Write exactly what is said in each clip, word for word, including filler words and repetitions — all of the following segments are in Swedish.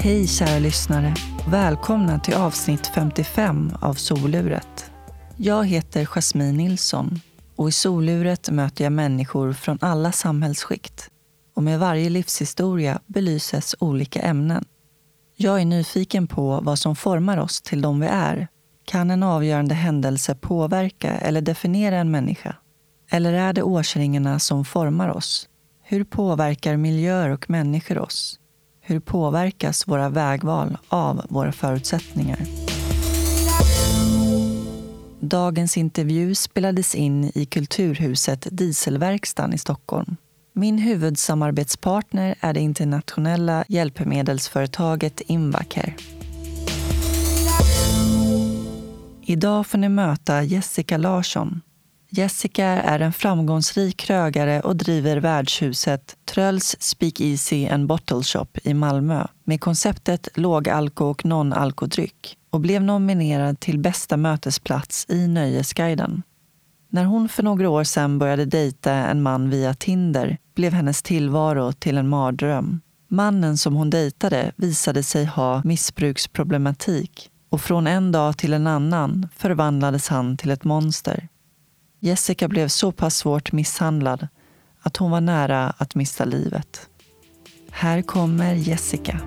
Hej kära lyssnare, välkomna till avsnitt femtiofem av Soluret. Jag heter Jasmine Nilsson och i Soluret möter jag människor från alla samhällsskikt. Och med varje livshistoria belyses olika ämnen. Jag är nyfiken på vad som formar oss till de vi är. Kan en avgörande händelse påverka eller definiera en människa? Eller är det årsringarna som formar oss? Hur påverkar miljöer och människor oss? Hur påverkas våra vägval av våra förutsättningar? Dagens intervju spelades in i Kulturhuset Dieselverkstan i Stockholm. Min huvudsamarbetspartner är det internationella hjälpmedelsföretaget Invacare. Idag får ni möta Jessica Larsson. Jessica är en framgångsrik krögare och driver värdshuset Trölls Speakeasy and Bottle Shop i Malmö med konceptet lågalko- och non-alkodryck och blev nominerad till bästa mötesplats i Nöjesguiden. När hon för några år sedan började dejta en man via Tinder blev hennes tillvaro till en mardröm. Mannen som hon dejtade visade sig ha missbruksproblematik och från en dag till en annan förvandlades han till ett monster. Jessica blev så pass svårt misshandlad att hon var nära att mista livet. Här kommer Jessica.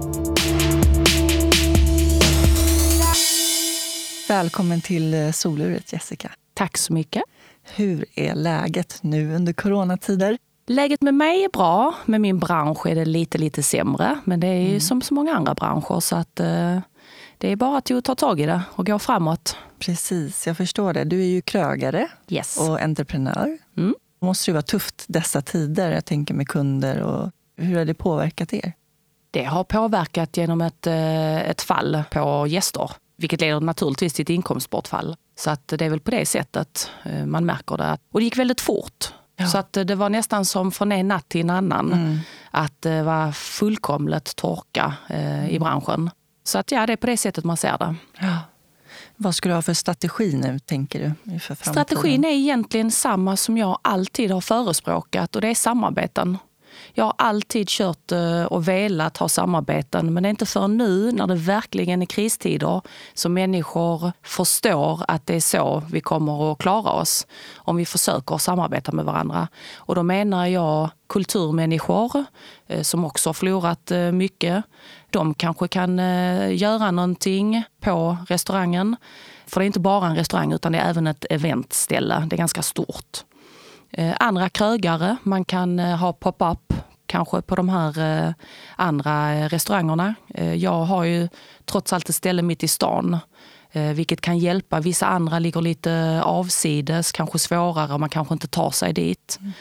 Välkommen till Soluret, Jessica. Tack så mycket. Hur är läget nu under coronatider? Läget med mig är bra. Med min bransch är det lite, lite sämre. Men det är ju mm. som så många andra branscher så att eh, det är bara att ta tag i det och gå framåt. Precis, jag förstår det. Du är ju krögare yes. och entreprenör. Mm. Det måste ju vara tufft dessa tider, jag tänker med kunder. Och hur har det påverkat er? Det har påverkat genom ett, ett fall på gäster. Vilket leder naturligtvis till ett inkomstbortfall. Så att det är väl på det sättet man märker det. Och det gick väldigt fort. Ja. Så att det var nästan som från en natt till en annan. Mm. Att det var fullkomligt torka eh, i branschen. Så att ja, det är på det sättet man ser det. Ja. Vad ska du ha för strategi nu, tänker du? För framtiden? Strategin är egentligen samma som jag alltid har förespråkat och det är samarbeten. Jag har alltid kört och velat ha samarbeten men det är inte för nu när det verkligen är kristider som människor förstår att det är så vi kommer att klara oss om vi försöker samarbeta med varandra. Och då menar jag kulturmänniskor som också har förlorat mycket. De kanske kan göra någonting på restaurangen. För det är inte bara en restaurang utan det är även ett eventställe. Det är ganska stort. Andra krögare, man kan ha pop-up kanske på de här andra restaurangerna. Jag har ju trots allt ett ställe mitt i stan, vilket kan hjälpa. Vissa andra ligger lite avsides, kanske svårare och man kanske inte tar sig dit. Mm.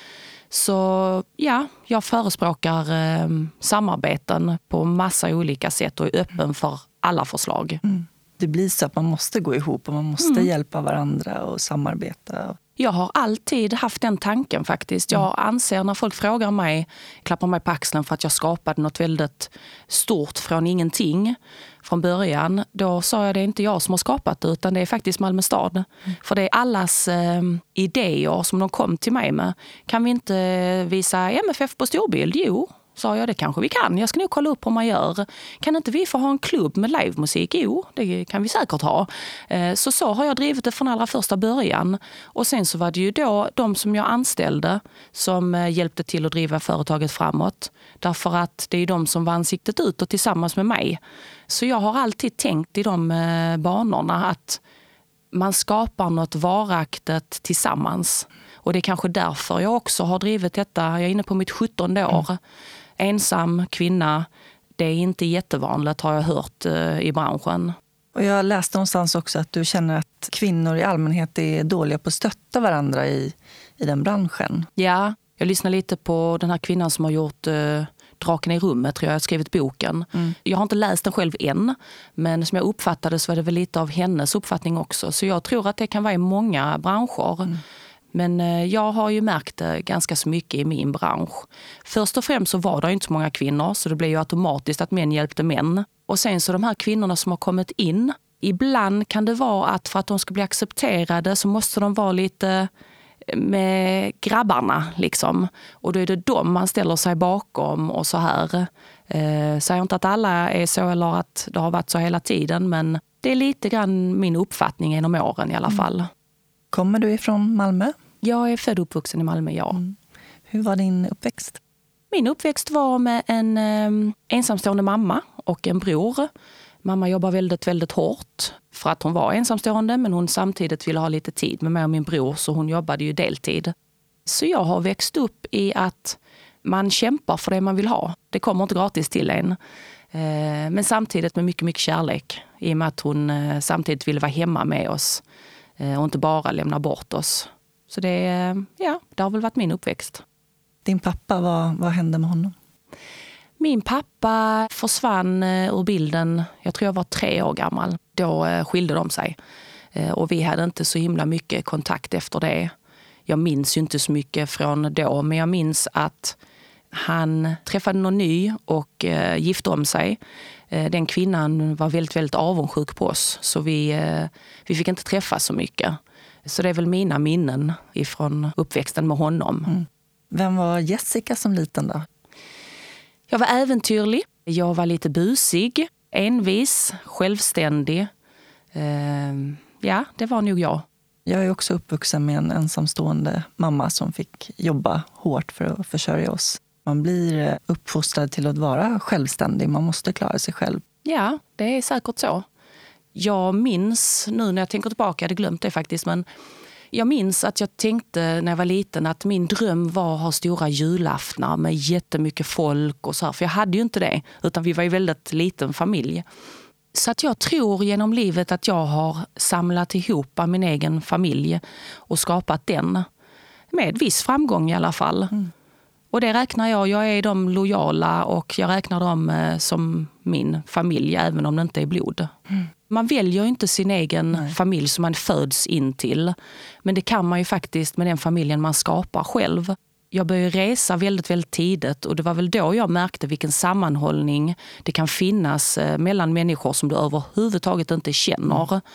Så ja, jag förespråkar eh, samarbeten på massa olika sätt och är öppen för alla förslag. Mm. Det blir så att man måste gå ihop och man måste mm. hjälpa varandra och samarbeta. Jag har alltid haft den tanken faktiskt. Jag anser när folk frågar mig, klappar mig på axeln för att jag skapade något väldigt stort från ingenting från början. Då sa jag det är inte jag som har skapat det utan det är faktiskt Malmö stad. Mm. För det är allas eh, idéer som de kom till mig med. Kan vi inte visa M F F på storbild? Jo. Sa jag, det kanske vi kan. Jag ska nog kolla upp hur man gör. Kan inte vi få ha en klubb med livemusik? Jo, det kan vi säkert ha. Så så har jag drivit det från allra första början. Och sen så var det ju då de som jag anställde som hjälpte till att driva företaget framåt. Därför att det är de som var ansiktet utåt tillsammans med mig. Så jag har alltid tänkt i de banorna att man skapar något varaktigt tillsammans. Och det är kanske därför jag också har drivit detta. Jag är inne på mitt sjuttonde år. Mm. Ensam kvinna, det är inte jättevanligt har jag hört eh, i branschen. Och jag läste någonstans också att du känner att kvinnor i allmänhet är dåliga på att stötta varandra i, i den branschen. Ja, jag lyssnar lite på den här kvinnan som har gjort eh, Draken i rummet, tror jag, jag har skrivit boken. Mm. Jag har inte läst den själv än, men som jag uppfattade så var det väl lite av hennes uppfattning också. Så jag tror att det kan vara i många branscher. Mm. Men jag har ju märkt det ganska så mycket i min bransch. Först och främst så var det inte så många kvinnor så det blev ju automatiskt att män hjälpte män. Och sen så de här kvinnorna som har kommit in, ibland kan det vara att för att de ska bli accepterade så måste de vara lite med grabbarna liksom. Och då är det dem man ställer sig bakom och så här. Eh, säger inte att alla är så eller att det har varit så hela tiden, men det är lite grann min uppfattning genom åren i alla fall. Mm. Kommer du ifrån Malmö? Jag är född och uppvuxen i Malmö, ja. Mm. Hur var din uppväxt? Min uppväxt var med en eh, ensamstående mamma och en bror. Mamma jobbar väldigt, väldigt hårt för att hon var ensamstående, men hon samtidigt ville ha lite tid med mig och min bror, så hon jobbade ju deltid. Så jag har växt upp i att man kämpar för det man vill ha. Det kommer inte gratis till en. Eh, men samtidigt med mycket, mycket kärlek. I och med att hon eh, samtidigt ville vara hemma med oss eh, och inte bara lämna bort oss. Så det, eh, ja, det har väl varit min uppväxt. Din pappa, vad, vad hände med honom? Min pappa försvann ur bilden, jag tror jag var tre år gammal. Då skilde de sig. Och vi hade inte så himla mycket kontakt efter det. Jag minns ju inte så mycket från då, men jag minns att han träffade någon ny och gifte om sig. Den kvinnan var väldigt, väldigt avundsjuk på oss, så vi, vi fick inte träffas så mycket. Så det är väl mina minnen ifrån uppväxten med honom. Mm. Vem var Jessica som liten då? Jag var äventyrlig, jag var lite busig, envis, självständig. Uh, ja, det var nog jag. Jag är också uppvuxen med en ensamstående mamma som fick jobba hårt för att försörja oss. Man blir uppfostrad till att vara självständig, man måste klara sig själv. Ja, det är säkert så. Jag minns, nu när jag tänker tillbaka, jag hade glömt det faktiskt, men jag minns att jag tänkte när jag var liten att min dröm var att ha stora julaftnar med jättemycket folk och så här. För jag hade ju inte det, utan vi var ju väldigt liten familj. Så att jag tror genom livet att jag har samlat ihop min egen familj och skapat den. Med viss framgång i alla fall. Mm. Och det räknar jag, jag är de lojala och jag räknar dem som min familj, även om det inte är blod. Mm. Man väljer ju inte sin egen Nej. familj som man föds in till. Men det kan man ju faktiskt med den familjen man skapar själv. Jag började resa väldigt, väldigt tidigt och det var väl då jag märkte vilken sammanhållning det kan finnas mellan människor som du överhuvudtaget inte känner. Mm.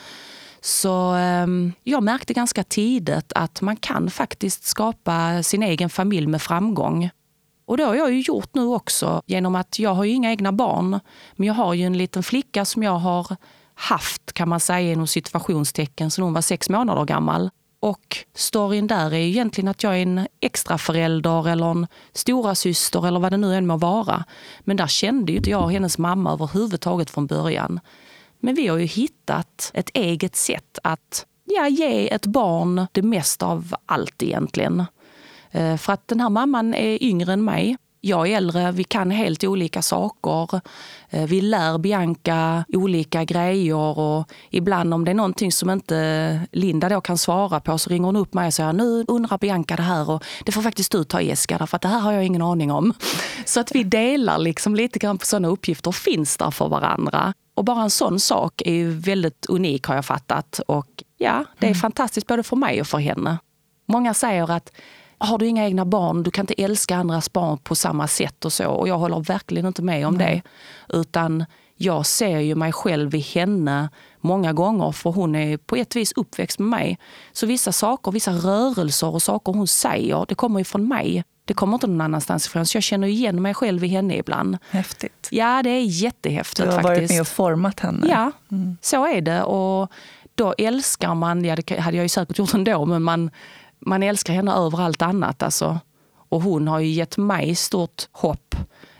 Så eh, jag märkte ganska tidigt att man kan faktiskt skapa sin egen familj med framgång. Och det har jag ju gjort nu också genom att jag har ju inga egna barn. Men jag har ju en liten flicka som jag har haft, kan man säga, inom situationstecken sedan hon var sex månader gammal. Och storyn där är ju egentligen att jag är en extra förälder eller en stora syster eller vad det nu än må vara. Men där kände ju inte jag och hennes mamma överhuvudtaget från början. Men vi har ju hittat ett eget sätt att ja, ge ett barn det mesta av allt egentligen. Eh, för att den här mamman är yngre än mig. Jag är äldre, vi kan helt olika saker. Eh, vi lär Bianca olika grejer och ibland om det är någonting som inte Linda då kan svara på så ringer hon upp mig och säger nu undrar Bianca det här och det får faktiskt du ta Jessica för att det här har jag ingen aning om. Så att vi delar liksom lite grann på sådana uppgifter finns där för varandra. Och bara en sån sak är ju väldigt unik har jag fattat. Och ja, det är mm. fantastiskt både för mig och för henne. Många säger att har du inga egna barn, du kan inte älska andras barn på samma sätt och så. Och jag håller verkligen inte med om mm. det. Utan jag ser ju mig själv i henne många gånger för hon är på ett vis uppväxt med mig. Så vissa saker, vissa rörelser och saker hon säger, det kommer ju från mig. Det kommer inte någon annanstans ifrån. Så jag känner igen mig själv i henne ibland. Häftigt. Ja, det är jättehäftigt faktiskt. Du har varit med och format henne. Ja, mm. så är det. Och då älskar man, ja det hade jag ju säkert gjort ändå, men man, man älskar henne över allt annat. Alltså. Och hon har ju gett mig stort hopp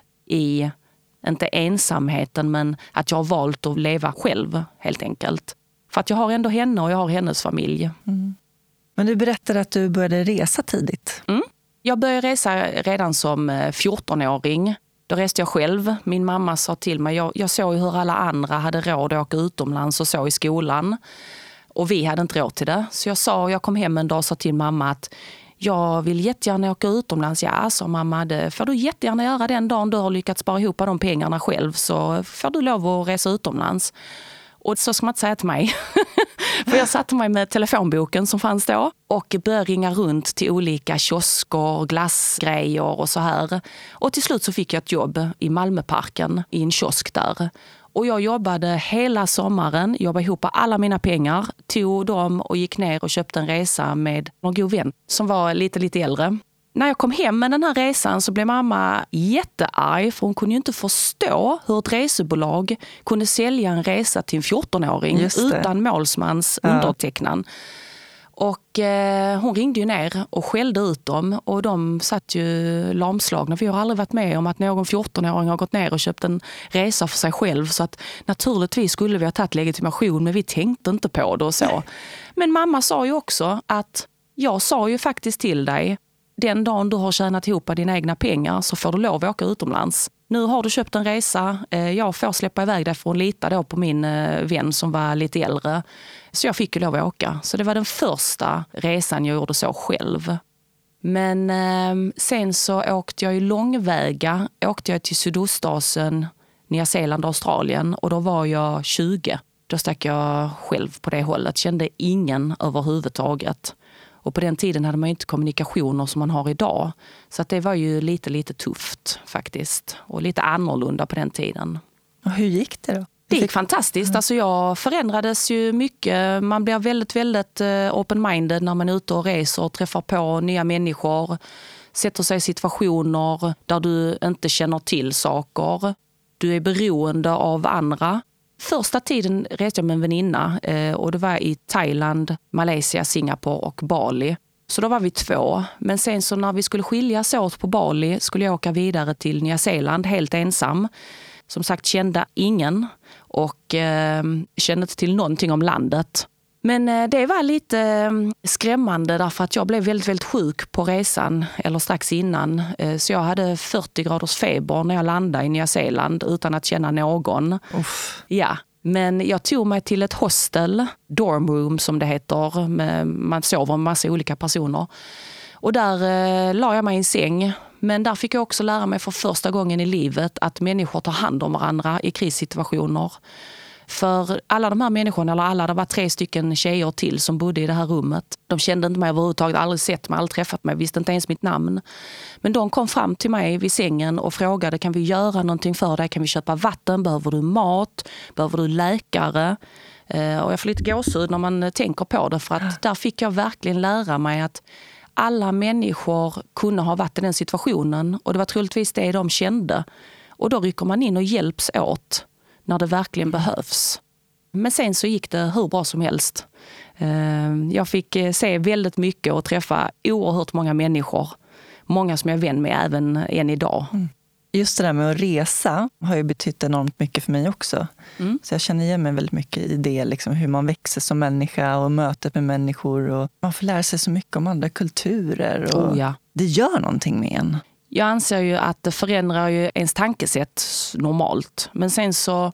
i, inte ensamheten, men att jag har valt att leva själv helt enkelt. För att jag har ändå henne och jag har hennes familj. Mm. Men du berättade att du började resa tidigt. Mm. Jag började resa redan som fjortonåring. Då reste jag själv. Min mamma sa till mig, jag, jag såg hur alla andra hade råd att åka utomlands och så i skolan. Och vi hade inte råd till det. Så jag sa, jag kom hem en dag och sa till mamma att jag vill jättegärna åka utomlands. Ja, sa mamma, det får du jättegärna göra den dagen du har lyckats spara ihop de pengarna själv. Så får du lov att resa utomlands. Och så ska man inte säga till mig. För jag satte mig med telefonboken som fanns då och började ringa runt till olika kiosker, glassgrejer och så här. Och till slut så fick jag ett jobb i Malmöparken i en kiosk där. Och jag jobbade hela sommaren, jobbade ihop alla mina pengar, tog dem och gick ner och köpte en resa med någon god vän som var lite, lite äldre. När jag kom hem med den här resan så blev mamma jättearg, för hon kunde ju inte förstå hur ett resebolag kunde sälja en resa till en fjortonåring utan målsmans ja. undertecknan. Och eh, hon ringde ju ner och skällde ut dem, och de satt ju lamslagna. Vi har aldrig varit med om att någon fjortonåring har gått ner och köpt en resa för sig själv, så att naturligtvis skulle vi ha tagit legitimation, men vi tänkte inte på det och så. Men mamma sa ju också att jag sa ju faktiskt till dig, den dagen du har tjänat ihop dina egna pengar så får du lov att åka utomlands. Nu har du köpt en resa, jag får släppa iväg dig för att lita då på min vän som var lite äldre. Så jag fick ju lov att åka. Så det var den första resan jag gjorde så själv. Men eh, sen så åkte jag ju långväga. Åkte jag till Sydostasien, Nya Zeeland och Australien. Och då var jag tjugo. Då stack jag själv på det hållet. Kände ingen överhuvudtaget. Och på den tiden hade man ju inte kommunikationer som man har idag. Så att det var ju lite, lite tufft faktiskt. Och lite annorlunda på den tiden. Och hur gick det då? Det gick fantastiskt. Alltså jag förändrades ju mycket. Man blir väldigt, väldigt open-minded när man är ute och reser och träffar på nya människor. Sätter sig i situationer där du inte känner till saker. Du är beroende av andra. Första tiden reste jag med en väninna och det var i Thailand, Malaysia, Singapore och Bali. Så då var vi två. Men sen så när vi skulle skiljas åt på Bali skulle jag åka vidare till Nya Zeeland helt ensam. Som sagt, kände ingen och eh, kände inte till någonting om landet. Men eh, det var lite eh, skrämmande därför att jag blev väldigt, väldigt sjuk på resan eller strax innan. Eh, så jag hade fyrtio graders feber när jag landade i Nya Zeeland utan att känna någon. Uff. Ja, men jag tog mig till ett hostel, dorm room som det heter. Med, man sover med massa olika personer. Och där eh, la jag mig i en säng. Men där fick jag också lära mig för första gången i livet att människor tar hand om varandra i krissituationer. För alla de här människorna, eller alla, det var tre stycken tjejer till som bodde i det här rummet. De kände inte mig överhuvudtaget, aldrig sett mig, aldrig träffat mig, visste inte ens mitt namn. Men de kom fram till mig vid sängen och frågade, kan vi göra någonting för dig? Kan vi köpa vatten? Behöver du mat? Behöver du läkare? Och jag får lite gåshud när man tänker på det, för att där fick jag verkligen lära mig att alla människor kunde ha varit i den situationen och det var troligtvis det de kände. Och då rycker man in och hjälps åt när det verkligen behövs. Men sen så gick det hur bra som helst. Jag fick se väldigt mycket och träffa oerhört många människor. Många som jag är vän med även än idag. Mm. Just det där med att resa har ju betytt enormt mycket för mig också. Mm. Så jag känner igen mig väldigt mycket i det, liksom, hur man växer som människa och mötet med människor. Och man får lära sig så mycket om andra kulturer. Och oh ja. Det gör någonting med en. Jag anser ju att det förändrar ju ens tankesätt normalt. Men sen så,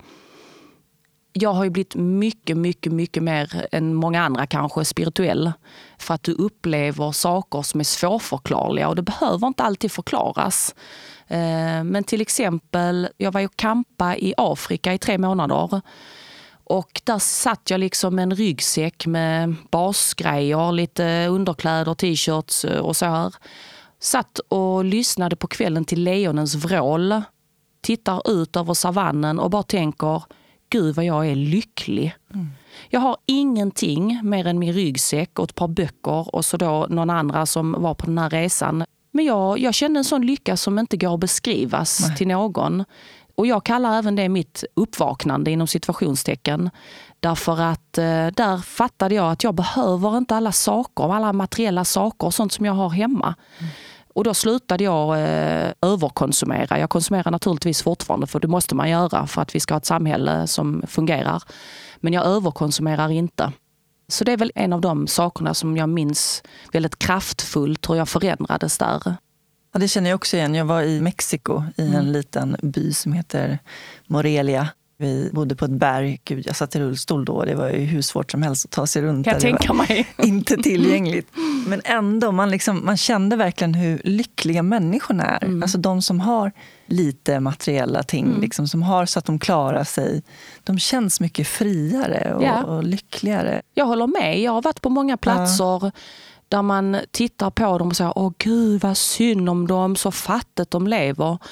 jag har ju blivit mycket, mycket, mycket mer än många andra kanske spirituell. För att du upplever saker som är svårförklarliga och det behöver inte alltid förklaras. Men till exempel, jag var ju campa i Afrika i tre månader. Och där satt jag liksom med en ryggsäck med basgrejer, lite underkläder, t-shirts och så här. Satt och lyssnade på kvällen till lejonens vrål. Tittar ut över savannen och bara tänker, gud vad jag är lycklig. Mm. Jag har ingenting mer än min ryggsäck och ett par böcker och så då någon andra som var på den här resan. Men jag, jag kände en sån lycka som inte går att beskrivas Nej. till någon. Och jag kallar även det mitt uppvaknande inom situationstecken. Därför att eh, där fattade jag att jag behöver inte alla saker, alla materiella saker och sånt som jag har hemma. Mm. Och då slutade jag eh, överkonsumera. Jag konsumerar naturligtvis fortfarande, för det måste man göra för att vi ska ha ett samhälle som fungerar. Men jag överkonsumerar inte. Så det är väl en av de sakerna som jag minns väldigt kraftfullt hur jag förändrades där. Ja, det känner jag också igen. Jag var i Mexiko i en mm. liten by som heter Morelia. Vi bodde på ett berg. Gud, jag satt i rullstol då. Det var ju hur svårt som helst att ta sig runt. Kan jag tänka mig. Inte tillgängligt. Men ändå, man, liksom, man kände verkligen hur lyckliga människorna är. Mm. Alltså de som har lite materiella ting, mm. liksom, som har så att de klarar sig. De känns mycket friare och, ja. och lyckligare. Jag håller med. Jag har varit på många platser ja. där man tittar på dem och säger, åh gud vad synd om dem, så fattigt de lever.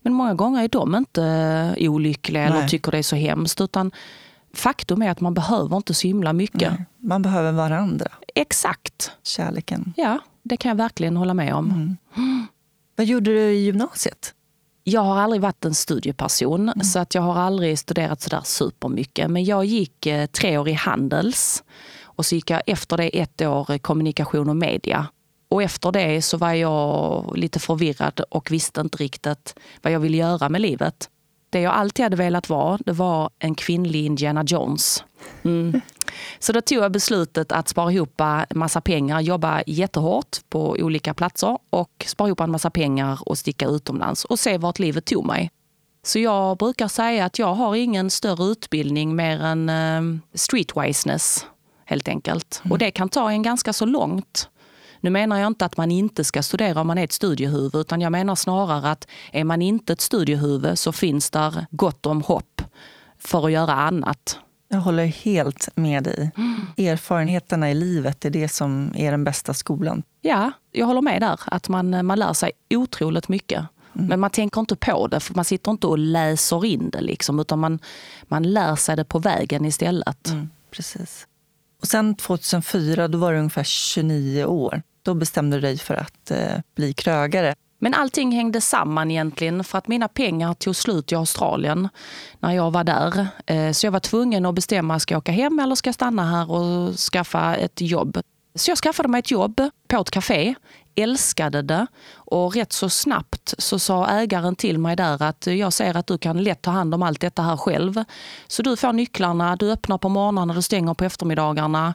Men många gånger är de inte olyckliga eller Nej. tycker det är så hemskt, utan faktum är att man behöver inte så himla mycket. Nej. Man behöver varandra. Exakt. Kärleken. Ja, det kan jag verkligen hålla med om. Mm. Mm. Vad gjorde du i gymnasiet? Jag har aldrig varit en studieperson, mm. så att jag har aldrig studerat så där supermycket. Men jag gick eh, tre år i Handels och så gick jag efter det ett år kommunikation och media. Och efter det så var jag lite förvirrad och visste inte riktigt vad jag ville göra med livet. Det jag alltid hade velat vara, det var en kvinnlig Indiana Jones. Mm. Så då tog jag beslutet att spara ihop en massa pengar, jobba jättehårt på olika platser och spara ihop en massa pengar och sticka utomlands och se vart livet tog mig. Så jag brukar säga att jag har ingen större utbildning mer än uh, streetwiseness helt enkelt. Mm. Och det kan ta en ganska så långt. Nu menar jag inte att man inte ska studera om man är ett studiehuvud, utan jag menar snarare att är man inte ett studiehuvud så finns där gott om hopp för att göra annat. Jag håller helt med dig. Mm. Erfarenheterna i livet är det som är den bästa skolan. Ja, jag håller med där. Att man, man lär sig otroligt mycket. Mm. Men man tänker inte på det, för man sitter inte och läser in det liksom, utan man, man lär sig det på vägen istället. Mm, precis. Och sen tjugohundrafyra, då var du ungefär tjugonio år. Då bestämde du dig för att eh, bli krögare. Men allting hängde samman egentligen, för att mina pengar tog slut i Australien när jag var där. Eh, så jag var tvungen att bestämma, ska jag åka hem eller ska jag stanna här och skaffa ett jobb. Så jag skaffade mig ett jobb på ett café, älskade det, och rätt så snabbt så sa ägaren till mig där att jag ser att du kan lätt ta hand om allt detta här själv. Så du får nycklarna, du öppnar på morgonen och du stänger på eftermiddagarna.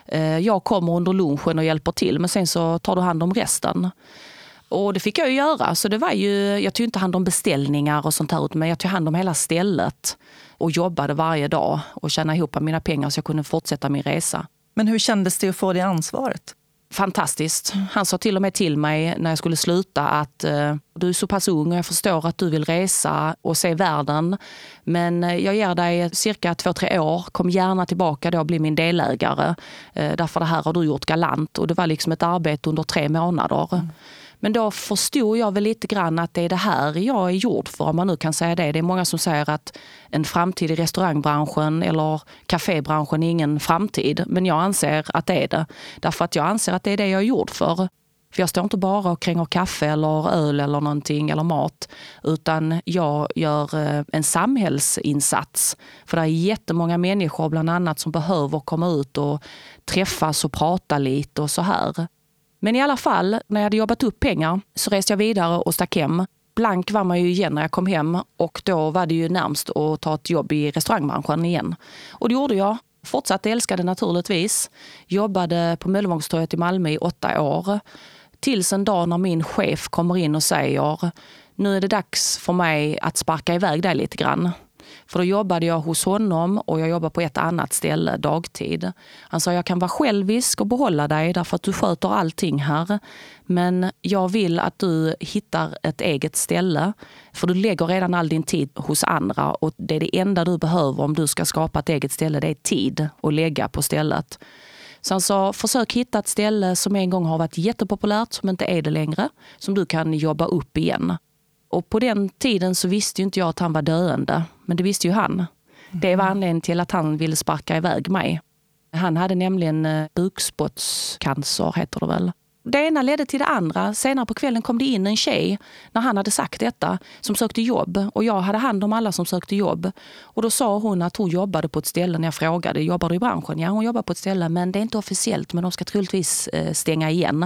Jag kommer under lunchen och hjälper till, men sen så tar du hand om resten. Och det fick jag ju göra, så det var ju, jag tog inte hand om beställningar och sånt här, men jag tog hand om hela stället och jobbade varje dag och tjänade ihop mina pengar så jag kunde fortsätta min resa. Men hur kändes det att få det ansvaret? Fantastiskt. Han sa till och med till mig när jag skulle sluta att uh, du är så pass ung och jag förstår att du vill resa och se världen. Men uh, jag ger dig cirka två, tre år. Kom gärna tillbaka då och bli min delägare. Uh, därför det här har du gjort galant. Och det var liksom ett arbete under tre månader. Mm. Men då förstod jag väl lite grann att det är det här jag är gjord för, om man nu kan säga det. Det är många som säger att en framtid i restaurangbranschen eller kafébranschen är ingen framtid. Men jag anser att det är det. Därför att jag anser att det är det jag är gjord för. För jag står inte bara och kränger kaffe eller öl eller någonting eller mat. Utan jag gör en samhällsinsats. För det är jättemånga människor bland annat som behöver komma ut och träffas och prata lite och så här. Men i alla fall, när jag hade jobbat upp pengar så reste jag vidare och stack hem. Blank var man ju igen när jag kom hem, och då var det ju närmst att ta ett jobb i restaurangbranschen igen. Och det gjorde jag. Fortsatte älskade naturligtvis. Jobbade på Möllevångstorget i Malmö i åtta år. Tills en dag när min chef kommer in och säger, nu är det dags för mig att sparka iväg dig lite grann. För då jobbade jag hos honom och jag jobbade på ett annat ställe dagtid. Han sa, jag kan vara självisk och behålla dig därför att du sköter allting här. Men jag vill att du hittar ett eget ställe. För du lägger redan all din tid hos andra, och det är det enda du behöver om du ska skapa ett eget ställe. Det är tid att lägga på stället. Så han sa, försök hitta ett ställe som en gång har varit jättepopulärt, som inte är det längre. Som du kan jobba upp igen. Och på den tiden så visste ju inte jag att han var döende. Men det visste ju han. Det var anledningen till att han ville sparka iväg mig. Han hade nämligen bukspottscancer, heter det väl. Det ena ledde till det andra. Senare på kvällen kom det in en tjej, när han hade sagt detta, som sökte jobb. Och jag hade hand om alla som sökte jobb. Och då sa hon att hon jobbade på ett ställe. När jag frågade, jobbar du i branschen? Ja, hon jobbar på ett ställe, men det är inte officiellt. Men de ska troligtvis stänga igen.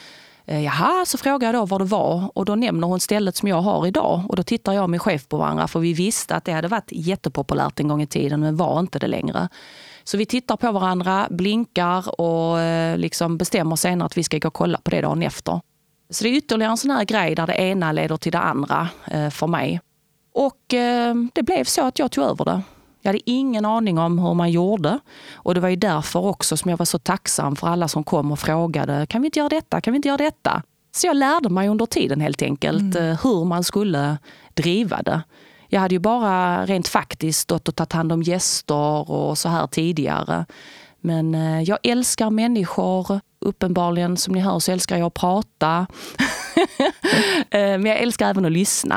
Jaha, så frågade jag då vad det var, och då nämner hon stället som jag har idag, och då tittar jag och min chef på varandra, för vi visste att det hade varit jättepopulärt en gång i tiden, men var inte det längre. Så vi tittar på varandra, blinkar och liksom bestämmer senare att vi ska gå och kolla på det dagen efter. Så det är ytterligare en sån här grej där det ena leder till det andra för mig. Och det blev så att jag tog över det. Jag hade ingen aning om hur man gjorde, och det var ju därför också som jag var så tacksam för alla som kom och frågade, kan vi inte göra detta, kan vi inte göra detta? Så jag lärde mig under tiden helt enkelt mm. hur man skulle driva det. Jag hade ju bara rent faktiskt stått och tagit hand om gäster och så här tidigare. Men jag älskar människor, uppenbarligen som ni hör så älskar jag att prata. Men jag älskar även att lyssna.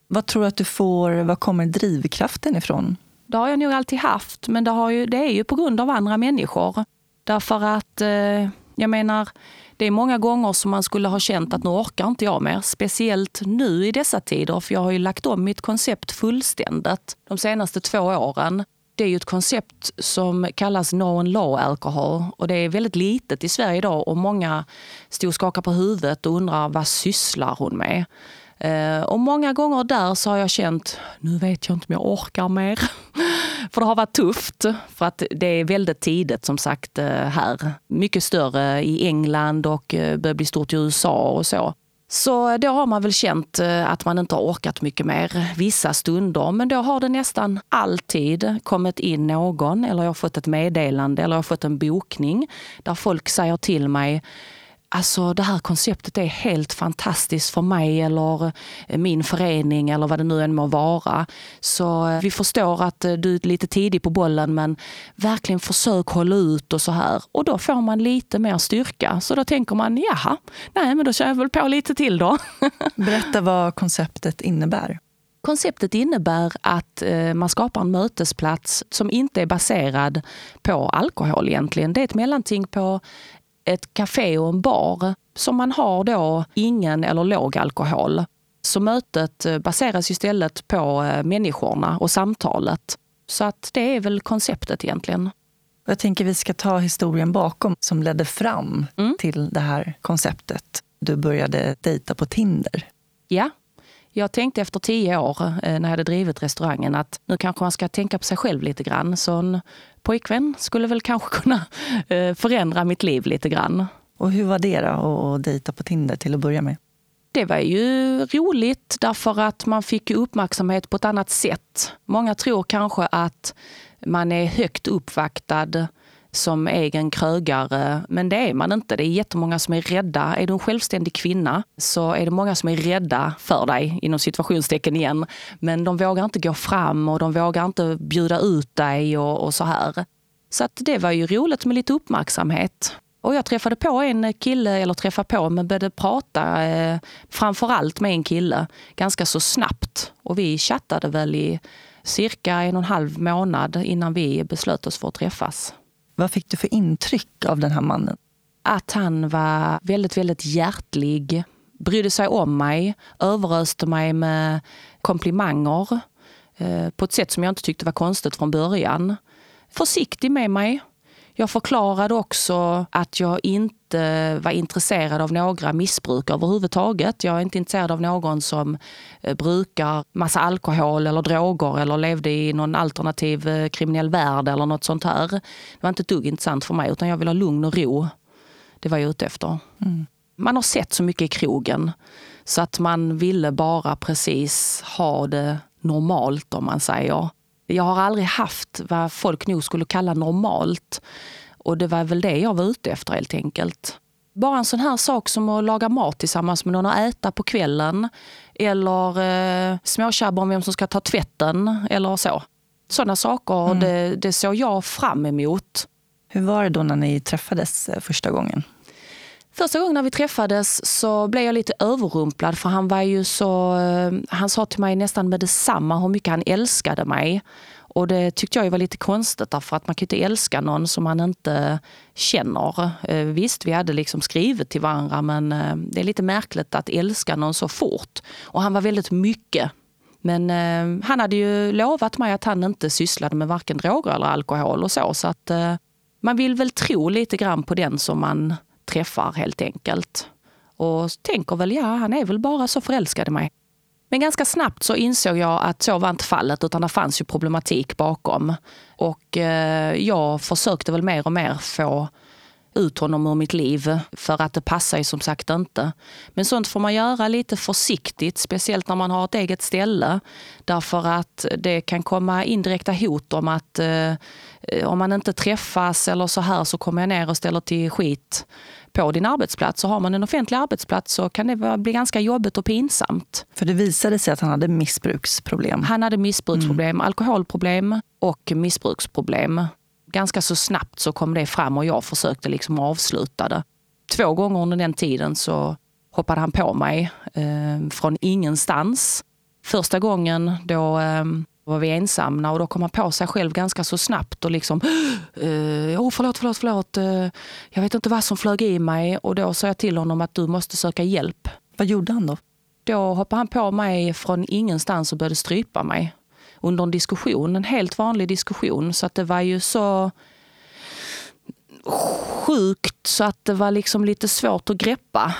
Vad tror du att du får, vad kommer drivkraften ifrån? Det har jag nog alltid haft, men det, har ju, det är ju på grund av andra människor. Därför att, eh, jag menar, det är många gånger som man skulle ha känt att nu orkar inte jag mer. Speciellt nu i dessa tider, för jag har ju lagt om mitt koncept fullständigt de senaste två åren. Det är ju ett koncept som kallas no and low alcohol och det är väldigt litet i Sverige idag och många stod och skakar på huvudet och undrar vad sysslar hon med. Uh, och många gånger där så har jag känt, nu vet jag inte om jag orkar mer. För det har varit tufft, för att det är väldigt tidigt som sagt uh, här. Mycket större i England och uh, börjar bli stort i U S A och så. Så då har man väl känt uh, att man inte har orkat mycket mer vissa stunder. Men då har det nästan alltid kommit in någon, eller jag har fått ett meddelande eller jag har fått en bokning där folk säger till mig, alltså det här konceptet är helt fantastiskt för mig eller min förening eller vad det nu än må vara. Så vi förstår att du är lite tidig på bollen men verkligen försök hålla ut och så här. Och då får man lite mer styrka. Så då tänker man, jaha, nej men då kör jag väl på lite till då. Berätta vad konceptet innebär. Konceptet innebär att eh, man skapar en mötesplats som inte är baserad på alkohol egentligen. Det är ett mellanting på ett café och en bar som man har då ingen eller låg alkohol. Så mötet baseras istället på människorna och samtalet. Så att det är väl konceptet egentligen. Jag tänker vi ska ta historien bakom som ledde fram mm. till det här konceptet. Du började dejta på Tinder. Ja, jag tänkte efter tio år när jag hade drivit restaurangen att nu kanske man ska tänka på sig själv lite grann. Så en pojkvän skulle väl kanske kunna förändra mitt liv lite grann. Och hur var det då att dejta på Tinder till att börja med? Det var ju roligt därför att man fick uppmärksamhet på ett annat sätt. Många tror kanske att man är högt uppvaktad som egen krögare, men det är man inte. Det är jättemånga som är rädda. Är du en självständig kvinna så är det många som är rädda för dig, inom situationstecken igen. Men de vågar inte gå fram och de vågar inte bjuda ut dig och, och så här. Så att det var ju roligt med lite uppmärksamhet. Och jag träffade på en kille, eller träffade på, men började prata eh, framförallt med en kille ganska så snabbt. Och vi chattade väl i cirka en och en halv månad innan vi beslöt oss för att träffas. Vad fick du för intryck av den här mannen? Att han var väldigt, väldigt hjärtlig, brydde sig om mig, överöste mig med komplimanger eh, på ett sätt som jag inte tyckte var konstigt från början. Försiktig med mig. Jag förklarade också att jag inte var intresserad av några missbruk överhuvudtaget. Jag är inte intresserad av någon som brukar massa alkohol eller droger eller levde i någon alternativ kriminell värld eller något sånt här. Det var inte ett dugg intressant för mig utan jag vill ha lugn och ro. Det var jag ute efter. Mm. Man har sett så mycket i krogen så att man ville bara precis ha det normalt om man säger. Jag har aldrig haft vad folk nog skulle kalla normalt. Och det var väl det jag var ute efter helt enkelt. Bara en sån här sak som att laga mat tillsammans med någon och äta på kvällen. Eller eh, småtjabba om vem som ska ta tvätten eller så. Sådana saker, mm. det, det såg jag fram emot. Hur var det då när ni träffades första gången? Första gången när vi träffades så blev jag lite överrumplad för han var ju så, han sa till mig nästan med detsamma hur mycket han älskade mig. Och det tyckte jag var lite konstigt därför att man kan inte älska någon som man inte känner. Visst, vi hade liksom skrivit till varandra men det är lite märkligt att älska någon så fort. Och han var väldigt mycket. Men eh, han hade ju lovat mig att han inte sysslade med varken droger eller alkohol och så. Så att eh, man vill väl tro lite grann på den som man träffar helt enkelt. Och tänker väl, ja, han är väl bara så förälskad i mig. Men ganska snabbt så insåg jag att så var inte fallet utan det fanns ju problematik bakom. Och eh, jag försökte väl mer och mer få ut honom ur mitt liv för att det passar ju som sagt inte. Men sånt får man göra lite försiktigt, speciellt när man har ett eget ställe. Därför att det kan komma indirekta hot om att eh, om man inte träffas eller så här så kommer jag ner och ställer till skit på din arbetsplats. Så har man en offentlig arbetsplats så kan det bli ganska jobbigt och pinsamt. För det visade sig att han hade missbruksproblem. Han hade missbruksproblem, mm. alkoholproblem och missbruksproblem. Ganska så snabbt så kom det fram och jag försökte liksom avsluta det. Två gånger under den tiden så hoppade han på mig eh, från ingenstans. Första gången då eh, var vi ensamma och då kom han på sig själv ganska så snabbt och liksom eh, oh, förlåt, förlåt, förlåt. Eh, jag vet inte vad som flög i mig och då sa jag till honom att du måste söka hjälp. Vad gjorde han då? Då hoppade han på mig från ingenstans och började strypa mig under en diskussion, en helt vanlig diskussion. Så att det var ju så sjukt så att det var liksom lite svårt att greppa.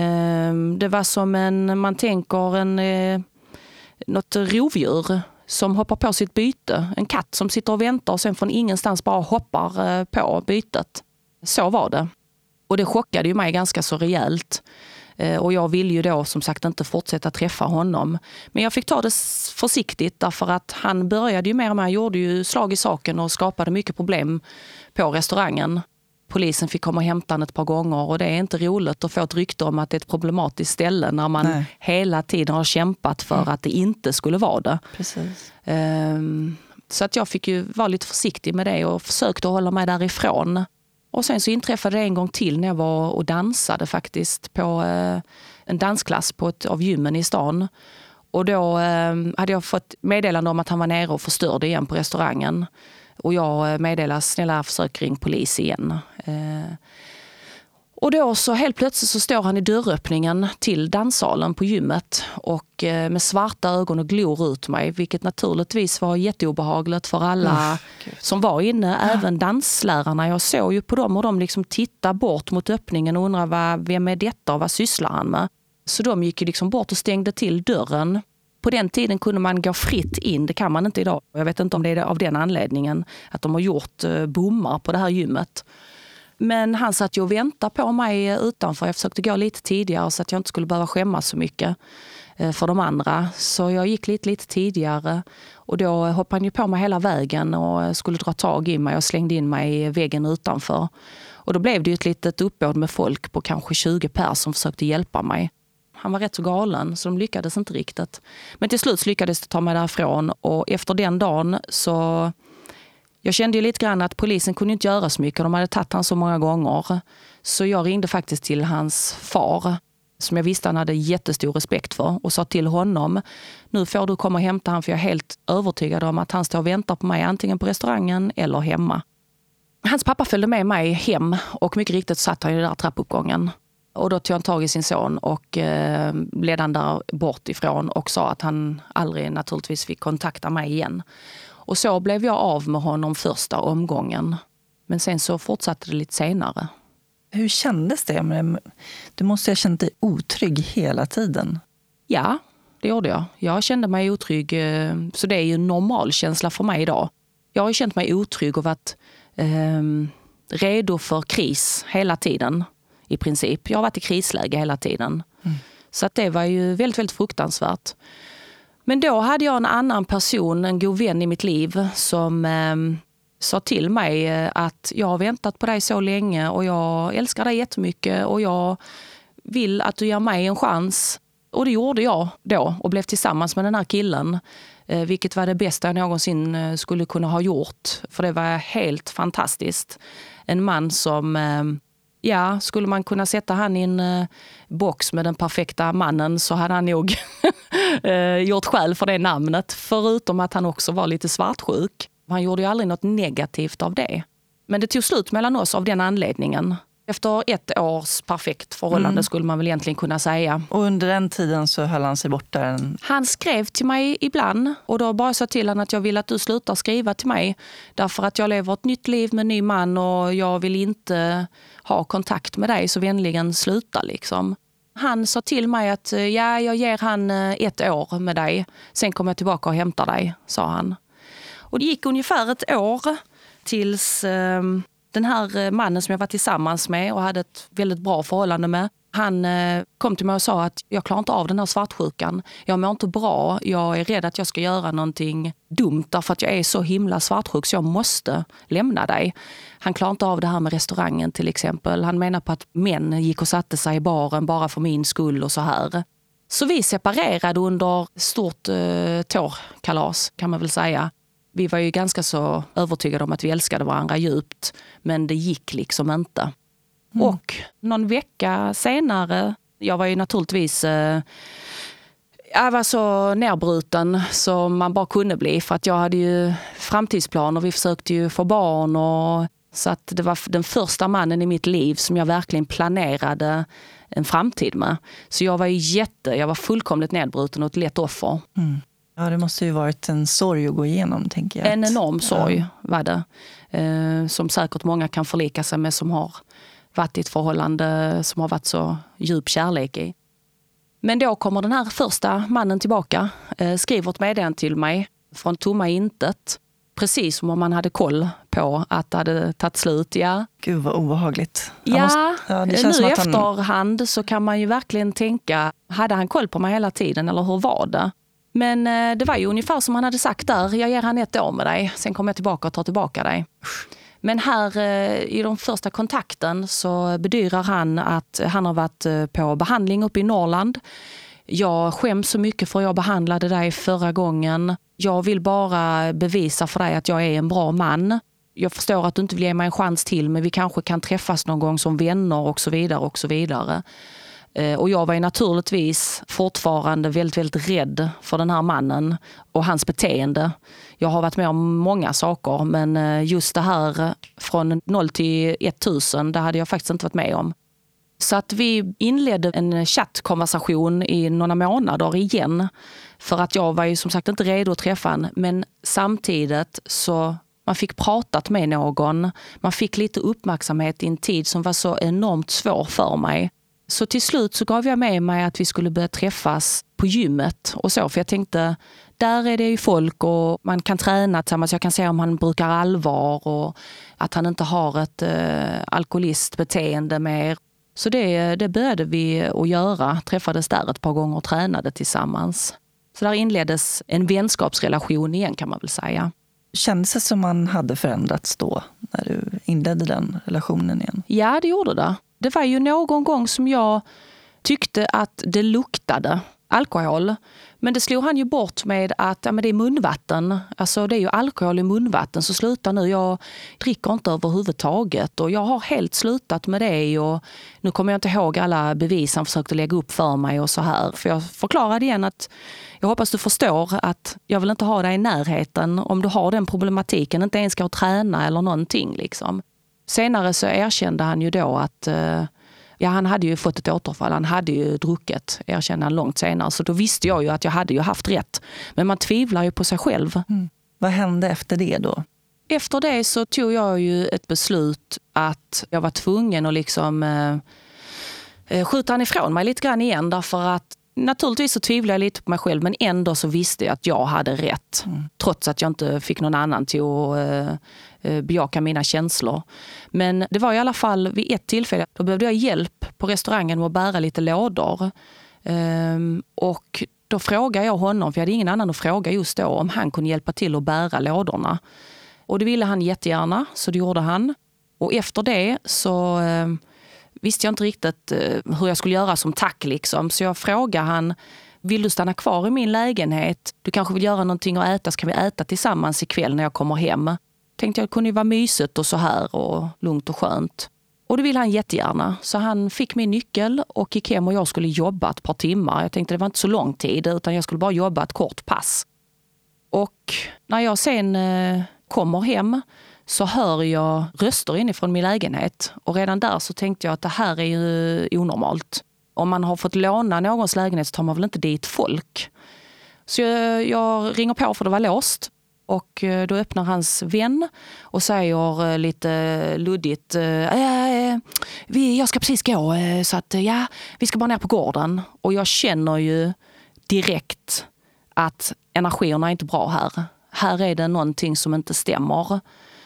Det var som en, man tänker en, något rovdjur som hoppar på sitt byte. En katt som sitter och väntar och sen från ingenstans bara hoppar på bytet. Så var det. Och det chockade ju mig ganska så rejält. Och jag ville ju då som sagt inte fortsätta träffa honom. Men jag fick ta det försiktigt därför att han började ju mer och mer, gjorde ju slag i saken och skapade mycket problem på restaurangen. Polisen fick komma och hämta han ett par gånger och det är inte roligt att få ett rykte om att det är ett problematiskt ställe när man Nej. hela tiden har kämpat för mm. att det inte skulle vara det. Precis. Um, så att jag fick ju vara lite försiktig med det och försökte hålla mig därifrån. Och sen så inträffade det en gång till när jag var och dansade faktiskt på eh, en dansklass på ett av gymmen i stan. Och då eh, hade jag fått meddelande om att han var nere och förstörde igen på restaurangen. Och jag meddelade, snälla försök ring polis igen. Eh, och då så helt plötsligt så står han i dörröppningen till danssalen på gymmet och eh, med svarta ögon och glor ut mig, vilket naturligtvis var jätteobehagligt för alla oh, som var inne, ja. Även danslärarna. Jag såg ju på dem och de liksom tittade bort mot öppningen och undrade vad, vem är detta och vad sysslar han med. Så de gick ju liksom bort och stängde till dörren. På den tiden kunde man gå fritt in, det kan man inte idag. Jag vet inte om det är av den anledningen att de har gjort eh, bommar på det här gymmet. Men han satt ju och väntade på mig utanför. Jag försökte gå lite tidigare så att jag inte skulle behöva skämmas så mycket för de andra. Så jag gick lite, lite tidigare och då hoppade han ju på mig hela vägen och skulle dra tag i mig och slängde in mig i väggen utanför. Och då blev det ju ett litet uppbåd med folk på kanske tjugo personer som försökte hjälpa mig. Han var rätt så galen så de lyckades inte riktigt. Men till slut lyckades de ta mig därifrån och efter den dagen så... Jag kände ju lite grann att polisen kunde inte göra så mycket. De hade tagit han så många gånger. Så jag ringde faktiskt till hans far som jag visste han hade jättestor respekt för och sa till honom, nu får du komma och hämta han för jag är helt övertygad om att han står och väntar på mig antingen på restaurangen eller hemma. Hans pappa följde med mig hem och mycket riktigt satt han i den där trappuppgången. Och då tog han tag i sin son och eh, ledde han där bort ifrån och sa att han aldrig naturligtvis fick kontakta mig igen. Och så blev jag av med honom första omgången. Men sen så fortsatte det lite senare. Hur kändes det? Du måste ha känt dig otrygg hela tiden. Ja, det gjorde jag. Jag kände mig otrygg. Så det är ju en normal känsla för mig idag. Jag har ju känt mig otrygg och varit eh, redo för kris hela tiden. I princip. Jag har varit i krisläge hela tiden. Mm. Så att det var ju väldigt, väldigt fruktansvärt. Men då hade jag en annan person, en god vän i mitt liv som eh, sa till mig att jag har väntat på dig så länge och jag älskar dig jättemycket och jag vill att du ger mig en chans. Och det gjorde jag då och blev tillsammans med den här killen, eh, vilket var det bästa jag någonsin skulle kunna ha gjort. För det var helt fantastiskt. En man som... Eh, Ja, skulle man kunna sätta han i en uh, box med den perfekta mannen så hade han nog uh, gjort skäl för det namnet. Förutom att han också var lite svartsjuk. Han gjorde ju aldrig något negativt av det. Men det tog slut mellan oss av den anledningen. Efter ett års perfekt förhållande mm. skulle man väl egentligen kunna säga. Och under den tiden så höll han sig borta? En... Han skrev till mig ibland och då bara sa till honom att jag vill att du slutar skriva till mig. Därför att jag lever ett nytt liv med en ny man och jag vill inte ha kontakt med dig, så vänligen sluta liksom. Han sa till mig att ja, jag ger han ett år med dig. Sen kommer jag tillbaka och hämtar dig, sa han. Och det gick ungefär ett år tills... Eh, Den här mannen som jag var tillsammans med och hade ett väldigt bra förhållande med, han kom till mig och sa att jag klarar inte av den här svartsjukan. Jag mår inte bra, jag är rädd att jag ska göra någonting dumt därför att jag är så himla svartsjuk så jag måste lämna dig. Han klarar inte av det här med restaurangen till exempel. Han menar på att män gick och satte sig i baren bara för min skull och så här. Så vi separerade under stort eh, tårkalas kan man väl säga. Vi var ju ganska så övertygade om att vi älskade varandra djupt. Men det gick liksom inte. Mm. Och någon vecka senare, jag var ju naturligtvis... Eh, Jag var så nerbruten som man bara kunde bli, för att jag hade ju framtidsplaner. Vi försökte ju få barn, och så att det var den första mannen i mitt liv som jag verkligen planerade en framtid med. Så jag var ju jätte, jag var fullkomligt nedbruten och ett lätt offer. Mm. Ja, det måste ju varit en sorg att gå igenom, tänker jag. En enorm sorg ja. var det. Eh, som säkert många kan förlika sig med, som har varit i ett förhållande som har varit så djup kärlek i. Men då kommer den här första mannen tillbaka, eh, skriver ett meddelande till mig från tomma intet. Precis som om man hade koll på att det hade tagit slut. Ja. Gud vad obehagligt. Ja, måste, ja det känns nu i som att han... efterhand så kan man ju verkligen tänka, hade han koll på mig hela tiden eller hur var det? Men eh, det var ju ungefär som han hade sagt där, jag ger han ett år med dig, sen kommer jag tillbaka och tar tillbaka dig. Men här eh, i de första kontakten så bedyrar han att han har varit eh, på behandling uppe i Norrland. Jag skäms så mycket för att jag behandlade dig förra gången. Jag vill bara bevisa för dig att jag är en bra man. Jag förstår att du inte vill ge mig en chans till, men vi kanske kan träffas någon gång som vänner och så vidare och så vidare. Och jag var ju naturligtvis fortfarande väldigt, väldigt rädd för den här mannen och hans beteende. Jag har varit med om många saker, men just det här från noll till tusen, det hade jag faktiskt inte varit med om. Så att vi inledde en chattkonversation i några månader igen. För att jag var ju som sagt inte redo att träffa han. Men samtidigt så man fick pratat med någon. Man fick lite uppmärksamhet i en tid som var så enormt svår för mig. Så till slut så gav jag med mig att vi skulle börja träffas på gymmet och så. För jag tänkte, där är det ju folk och man kan träna tillsammans. Jag kan se om han brukar allvar och att han inte har ett eh, alkoholistbeteende mer. Så det, det började vi att göra. Träffades där ett par gånger och tränade tillsammans. Så där inleddes en vänskapsrelation igen, kan man väl säga. Kändes det som man hade förändrats då när du inledde den relationen igen? Ja, det gjorde det. Det var ju någon gång som jag tyckte att det luktade alkohol. Men det slog han ju bort med att ja, men det är munvatten. Alltså det är ju alkohol i munvatten, så sluta nu. Jag dricker inte överhuvudtaget och jag har helt slutat med det. Och nu kommer jag inte ihåg alla bevis han försökte lägga upp för mig och så här. För jag förklarade igen att jag hoppas du förstår att jag vill inte ha dig i närheten om du har den problematiken. Inte ens ska träna eller någonting liksom. Senare så erkände han ju då att ja, han hade ju fått ett återfall. Han hade ju druckit, erkände han långt senare. Så då visste jag ju att jag hade ju haft rätt. Men man tvivlar ju på sig själv. Mm. Vad hände efter det då? Efter det så tog jag ju ett beslut att jag var tvungen att liksom eh, skjuta han ifrån mig lite grann igen. Därför att naturligtvis så tvivlade jag lite på mig själv, men ändå så visste jag att jag hade rätt. Mm. Trots att jag inte fick någon annan till att eh, bejaka mina känslor. Men det var i alla fall vid ett tillfälle, då behövde jag hjälp på restaurangen med att bära lite lådor. Ehm, och då frågade jag honom, för jag hade ingen annan att fråga just då, om han kunde hjälpa till att bära lådorna. Och det ville han jättegärna, så det gjorde han. Och efter det så eh, visste jag inte riktigt eh, hur jag skulle göra som tack liksom. Så jag frågade han, vill du stanna kvar i min lägenhet? Du kanske vill göra någonting att äta, så kan vi äta tillsammans ikväll när jag kommer hem. Tänkte jag kunde vara mysigt och så här och lugnt och skönt. Och det ville han jättegärna. Så han fick min nyckel och gick hem och jag skulle jobba ett par timmar. Jag tänkte det var inte så lång tid utan jag skulle bara jobba ett kort pass. Och när jag sen eh, kommer hem så hör jag röster inifrån min lägenhet. Och redan där så tänkte jag att det här är ju onormalt. Om man har fått låna någons lägenhet så tar man väl inte dit folk. Så jag, jag ringer på för det var låst. Och då öppnar hans vän och säger lite luddigt, äh, vi, jag ska precis gå så att ja, vi ska bara ner på gården. Och jag känner ju direkt att energierna är inte bra här. Här är det någonting som inte stämmer.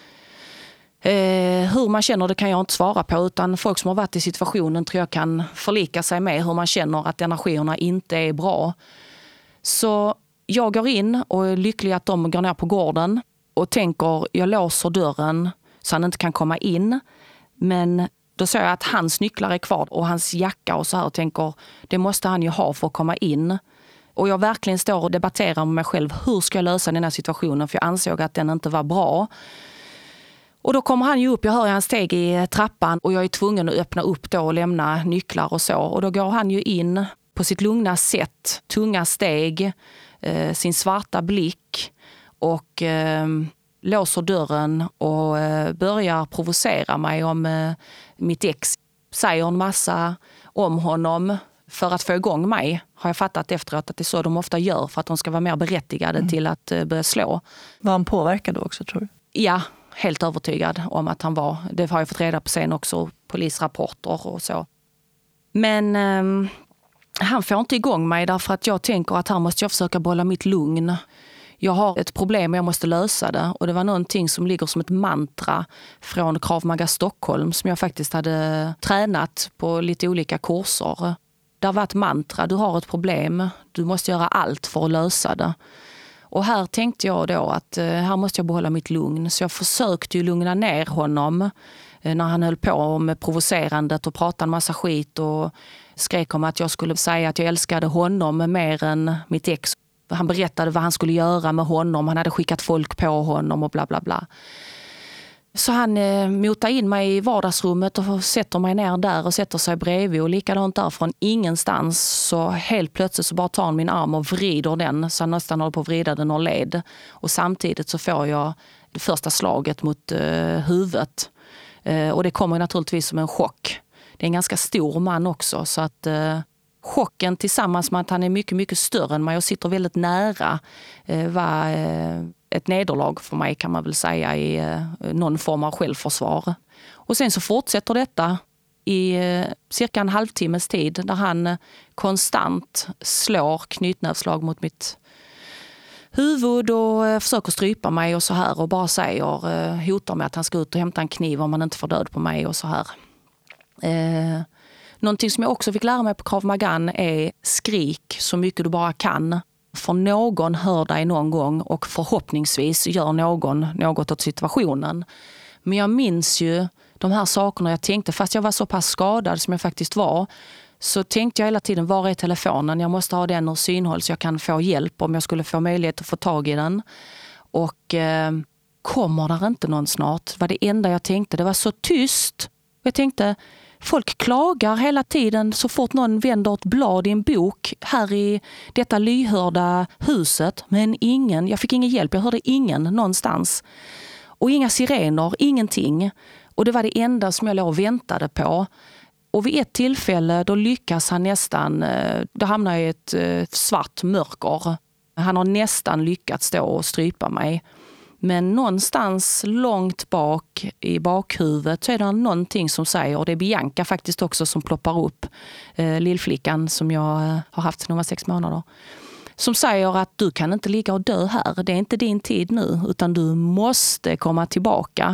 Eh, hur man känner det kan jag inte svara på, utan folk som har varit i situationen tror jag kan förlika sig med hur man känner att energierna inte är bra. Så jag går in och är lycklig att de går ner på gården och tänker, jag låser dörren så han inte kan komma in. Men då ser jag att hans nycklar är kvar och hans jacka och så här och tänker, det måste han ju ha för att komma in. Och jag verkligen står och debatterar med mig själv, hur ska jag lösa den här situationen? För jag ansåg att den inte var bra. Och då kommer han ju upp, jag hör hans steg i trappan och jag är tvungen att öppna upp då och lämna nycklar och så. Och då går han ju in på sitt lugna sätt, tunga steg, eh, sin svarta blick och eh, låser dörren och eh, börjar provocera mig om eh, mitt ex. Säger en massa om honom för att få igång mig. Har jag fattat efteråt att det är så de ofta gör för att de ska vara mer berättigade mm. till att eh, börja slå. Var han påverkad då också, tror du? Ja, helt övertygad om att han var. Det har jag fått reda på sen också, polisrapporter och så. Men eh, han får inte igång mig därför att jag tänker att här måste jag försöka behålla mitt lugn. Jag har ett problem och jag måste lösa det. Och det var någonting som ligger som ett mantra från Krav Maga Stockholm som jag faktiskt hade tränat på lite olika kurser. Det var ett mantra, du har ett problem, du måste göra allt för att lösa det. Och här tänkte jag då att här måste jag behålla mitt lugn. Så jag försökte ju lugna ner honom när han höll på med provocerandet och pratade en massa skit och skrek om att jag skulle säga att jag älskade honom mer än mitt ex. Han berättade vad han skulle göra med honom. Han hade skickat folk på honom och bla bla bla. Så han eh, motar in mig i vardagsrummet och sätter mig ner där och sätter sig bredvid. Och likadant där från ingenstans så helt plötsligt så bara tar han min arm och vrider den. Så han nästan håller på att vrida den och led. Och samtidigt så får jag det första slaget mot eh, huvudet. Eh, och det kommer naturligtvis som en chock. Det är en ganska stor man också så att... Eh, Chocken tillsammans med att han är mycket, mycket större än mig och sitter väldigt nära eh, var eh, ett nederlag för mig kan man väl säga i eh, någon form av självförsvar. Och sen så fortsätter detta i eh, cirka en halvtimmes tid där han eh, konstant slår knytnävslag mot mitt huvud och eh, försöker strypa mig och så här och bara säger, eh, hotar med att han ska ut och hämta en kniv om han inte får död på mig och så här. Eh, Någonting som jag också fick lära mig på Krav Magan är skrik så mycket du bara kan. För någon hör dig någon gång och förhoppningsvis gör någon något åt situationen. Men jag minns ju de här sakerna jag tänkte, fast jag var så pass skadad som jag faktiskt var, så tänkte jag hela tiden, var är telefonen? Jag måste ha den ur synhåll så jag kan få hjälp om jag skulle få möjlighet att få tag i den. Och eh, kommer där inte någon snart? Var det enda jag tänkte. Det var så tyst. Jag tänkte... Folk klagar hela tiden så fort någon vänder ett blad i en bok här i detta lyhörda huset. Men ingen, jag fick ingen hjälp, jag hörde ingen någonstans. Och inga sirener, ingenting. Och det var det enda som jag låg och väntade på. Och vid ett tillfälle då lyckas han nästan, då hamnar jag i ett svart mörker. Han har nästan lyckats stå och strypa mig. Men någonstans långt bak i bakhuvudet så är det någonting som säger, och det är Bianca faktiskt också som ploppar upp, eh, lillflickan som jag eh, har haft sedan hon var sex månader, som säger att du kan inte ligga och dö här, det är inte din tid nu utan du måste komma tillbaka.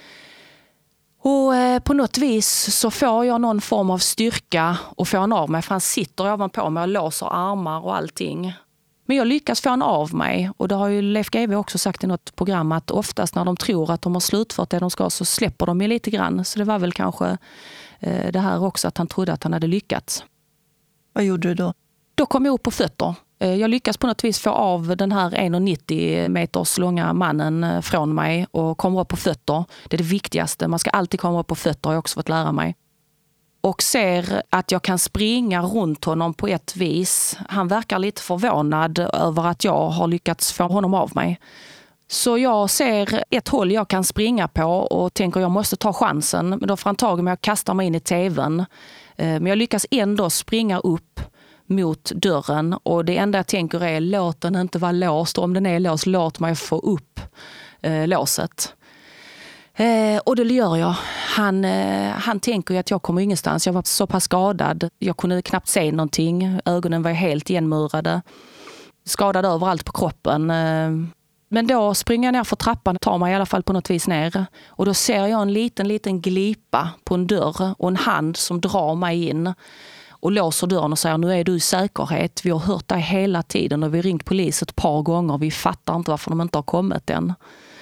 Och eh, på något vis så får jag någon form av styrka och får han av mig, för han sitter ovanpå mig och låser armar och allting. Men jag lyckas få han av mig, och det har ju Leif G W också sagt i något program att oftast när de tror att de har slutfört det de ska så släpper de ju lite grann. Så det var väl kanske eh, det här också att han trodde att han hade lyckats. Vad gjorde du då? Då kom jag upp på fötter. Eh, jag lyckas på något vis få av den här en komma nittio meters långa mannen eh, från mig och kommer upp på fötter. Det är det viktigaste. Man ska alltid komma upp på fötter, har jag också fått lära mig. Och ser att jag kan springa runt honom på ett vis. Han verkar lite förvånad över att jag har lyckats få honom av mig. Så jag ser ett håll jag kan springa på och tänker jag måste ta chansen. Men då får han tag i mig och kastar mig in i tvn. Men jag lyckas ändå springa upp mot dörren. Och det enda jag tänker är, låt den inte vara låst. Om den är låst, låt mig få upp eh, låset. Eh, och det gör jag. Han, eh, han tänker ju att jag kommer ingenstans. Jag var så pass skadad. Jag kunde knappt se någonting. Ögonen var helt igenmurade. Skadad överallt på kroppen. Eh, men då springer jag ner för trappan och tar mig i alla fall på något vis ner. Och då ser jag en liten, liten glipa på en dörr och en hand som drar mig in. Och låser dörren och säger, nu är du i säkerhet. Vi har hört dig hela tiden och vi har ringt polis ett par gånger. Vi fattar inte varför de inte har kommit än.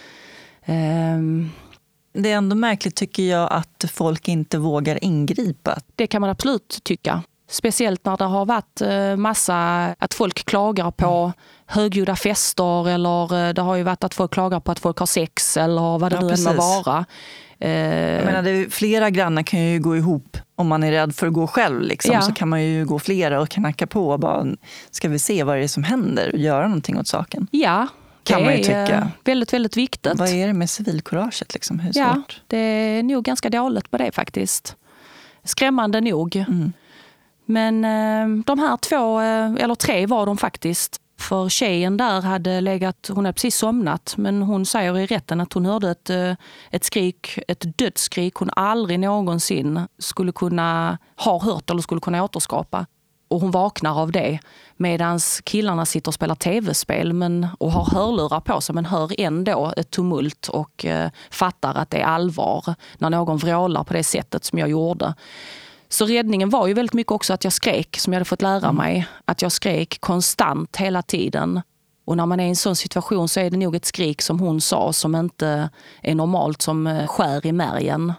Eh, Det är ändå märkligt tycker jag att folk inte vågar ingripa. Det kan man absolut tycka. Speciellt när det har varit massa att folk klagar på högljudda fester, eller det har ju varit att folk klagar på att folk har sex eller vad det ja, nu än må vara. Jag menar, det är, flera grannar kan ju gå ihop Om man är rädd för att gå själv liksom, Ja. så kan man ju gå flera och knacka på och bara, ska vi se vad det är som händer och göra någonting åt saken. Ja, Kan det man ju är tycka. väldigt, väldigt viktigt. Vad är det med civilkuraget liksom? Hur Ja, svårt? det är nog ganska dåligt på det faktiskt. Skrämmande nog. Mm. Men eh, de här två, eh, eller tre var de faktiskt. För tjejen där hade legat, hon hade precis somnat, men hon säger i rätten att hon hörde ett, eh, ett skrik, ett dödsskrik hon aldrig någonsin skulle kunna ha hört eller skulle kunna återskapa. Och hon vaknar av det medan killarna sitter och spelar tv-spel men, och har hörlurar på sig, men hör ändå ett tumult och eh, fattar att det är allvar när någon vrålar på det sättet som jag gjorde. Så räddningen var ju väldigt mycket också att jag skrek, som jag hade fått lära mig. Att jag skrek konstant hela tiden. Och när man är i en sån situation så är det nog ett skrik som hon sa som inte är normalt, som skär i märgen.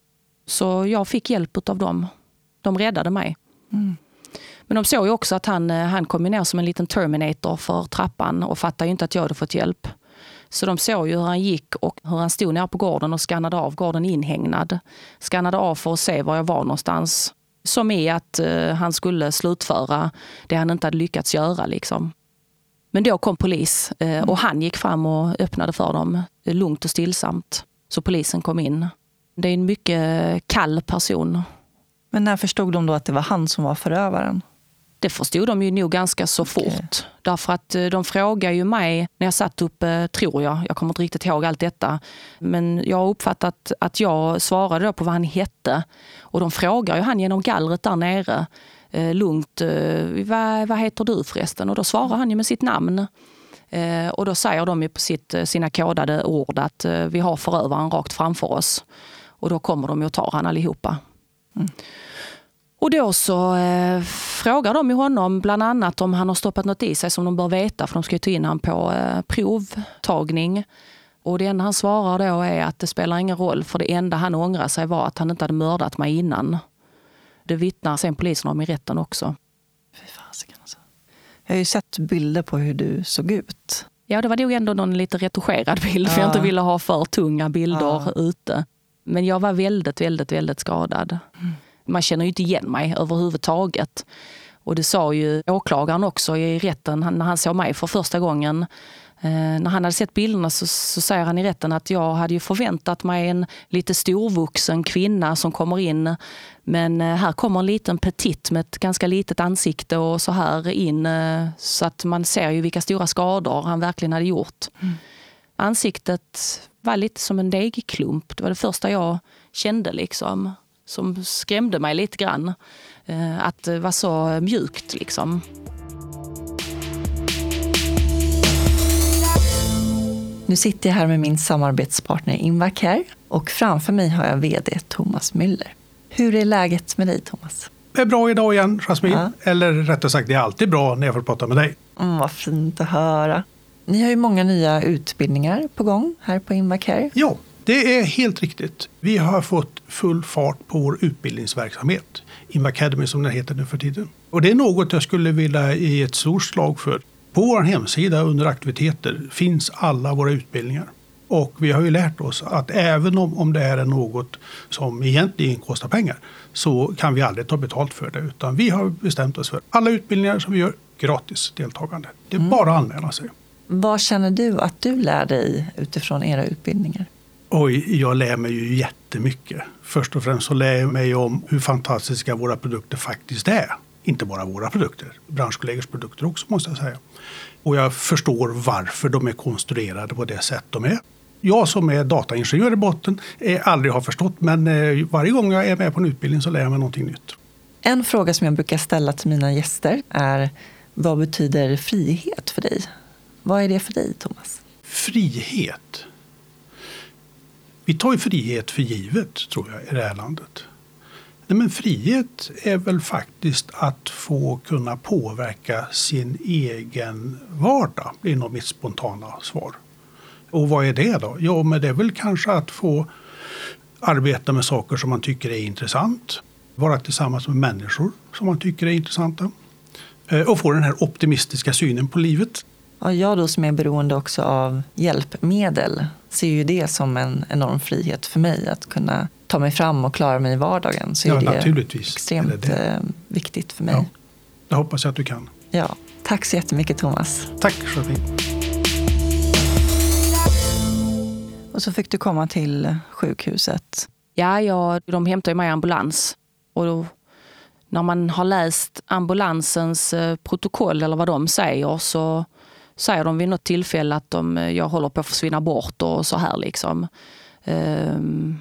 Så jag fick hjälp av dem. De räddade mig. Mm. Men de såg ju också att han, han kom ner som en liten Terminator för trappan och fattade ju inte att jag hade fått hjälp. Så de såg ju hur han gick och hur han stod ner på gården och skannade av gården inhägnad. Skannade av för att se var jag var någonstans. Som är att uh, han skulle slutföra det han inte hade lyckats göra. Liksom. Men då kom polis uh, mm. och han gick fram och öppnade för dem uh, lugnt och stillsamt. Så polisen kom in. Det är en mycket kall person. Men när förstod de då att det var han som var förövaren? Det förstod de ju nog ganska så Okay. fort. Därför att de frågar ju mig när jag satt upp, tror jag, jag kommer inte riktigt ihåg allt detta. Men jag har uppfattat att jag svarade då på vad han hette. Och de frågar ju han genom gallret där nere. Eh, lugnt, eh, vad, vad heter du förresten? Och då svarar han ju med sitt namn. Eh, och då säger de ju på sitt, sina kodade ord att eh, vi har förövaren rakt framför oss. Och då kommer de ju att ta han allihopa. Mm. Och då så eh, frågar de ju honom bland annat om han har stoppat något i sig som de bör veta, för de ska ju ta in han på eh, provtagning. Och det enda han svarar då är att det spelar ingen roll, för det enda han ångrar sig var att han inte hade mördat mig innan. Det vittnar sen polisen om i rätten också. Fy fasiken alltså. Jag har ju sett bilder på hur du såg ut. Ja, det var nog ändå någon lite retuscherad bild, för Ja. jag inte ville ha för tunga bilder Ja. ute. Men jag var väldigt, väldigt, väldigt skadad. Mm. Man känner ju inte igen mig överhuvudtaget. Och det sa ju åklagaren också i rätten när han såg mig för första gången. Eh, när han hade sett bilderna så, så säger han i rätten att jag hade ju förväntat mig en lite storvuxen kvinna som kommer in. Men eh, här kommer en liten petit med ett ganska litet ansikte och så här in. Eh, så att man ser ju vilka stora skador han verkligen hade gjort. Mm. Ansiktet var lite som en degklump. Det var det första jag kände liksom. Som skrämde mig lite grann. Eh, att det var så mjukt liksom. Nu sitter jag här med min samarbetspartner Invacare och framför mig har jag vd Thomas Müller. Hur är läget med dig, Thomas? Det är bra idag igen, Jasmine. Ja. Eller rättare sagt, det är alltid bra när jag får prata med dig. Mm, vad fint att höra. Ni har ju många nya utbildningar på gång här på Invacare. Ja, det är helt riktigt. Vi har fått full fart på vår utbildningsverksamhet. Invacademy som den heter nu för tiden. Och det är något jag skulle vilja ge ett stort slag för. På vår hemsida under aktiviteter finns alla våra utbildningar. Och vi har ju lärt oss att även om, om det är något som egentligen kostar pengar så kan vi aldrig ta betalt för det. Utan vi har bestämt oss för alla utbildningar som vi gör gratis deltagande. Det är mm. bara att anmäla sig. Vad känner du att du lär dig utifrån era utbildningar? Oj, jag lär mig ju jättemycket. Först och främst så lär jag mig om hur fantastiska våra produkter faktiskt är. Inte bara våra produkter, branschkollegors produkter också måste jag säga. Och jag förstår varför de är konstruerade på det sätt de är. Jag som är dataingenjör i botten är aldrig har förstått, men varje gång jag är med på en utbildning så lär jag mig någonting nytt. En fråga som jag brukar ställa till mina gäster är: vad betyder frihet för dig? Vad är det för dig, Thomas? Frihet? Vi tar ju frihet för givet, tror jag, i det här landet. Nej, men frihet är väl faktiskt att få kunna påverka sin egen vardag, blir nog mitt spontana svar. Och vad är det då? Ja, men det är väl kanske att få arbeta med saker som man tycker är intressant. Vara tillsammans med människor som man tycker är intressanta. Och få den här optimistiska synen på livet. Ja, jag då som är beroende också av hjälpmedel ser ju det som en enorm frihet för mig. Att kunna ta mig fram och klara mig i vardagen så ja, är det naturligtvis. extremt är det. viktigt för mig. Ja, det hoppas jag att du kan. Ja, tack så jättemycket Thomas. Tack Charlene. Och så fick du komma till sjukhuset. Ja, ja de hämtade mig i ambulans. Och då, när man har läst ambulansens eh, protokoll eller vad de säger så säger de vid något tillfälle att de, jag håller på att försvinna bort och så här liksom. Um,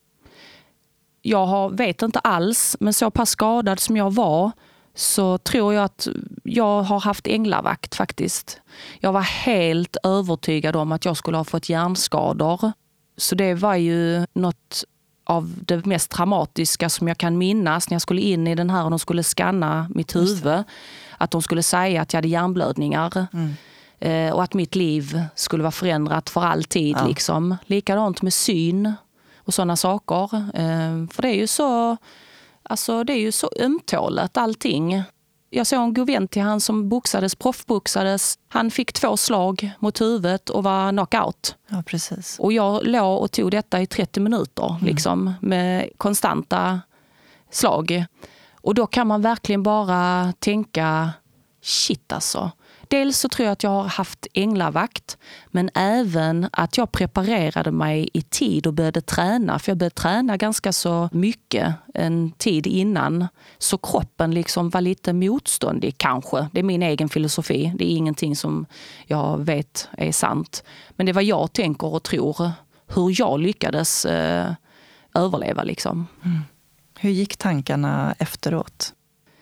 jag har, vet inte alls, men så pass skadad som jag var så tror jag att jag har haft änglavakt faktiskt. Jag var helt övertygad om att jag skulle ha fått hjärnskador. Så det var ju något av det mest traumatiska som jag kan minnas när jag skulle in i den här och de skulle skanna mitt huvud. Att de skulle säga att jag hade hjärnblödningar. Mm. Eh, och att mitt liv skulle vara förändrat för alltid. Ja. Liksom. Likadant med syn och sådana saker. Eh, för det är ju så, alltså, det är ju så ömtåligt allting. Jag såg en god vän till han som boxades, proffboxades. Han fick två slag mot huvudet och var knockout. Ja, precis. Och jag låg och tog detta i trettio minuter mm. liksom, med konstanta slag. Och då kan man verkligen bara tänka, shit alltså. Dels så tror jag att jag har haft änglavakt, men även att jag preparerade mig i tid och började träna. För jag började träna ganska så mycket en tid innan. Så kroppen liksom var lite motståndig kanske. Det är min egen filosofi. Det är ingenting som jag vet är sant. Men det är vad jag tänker och tror. Hur jag lyckades eh, överleva liksom. Mm. Hur gick tankarna efteråt?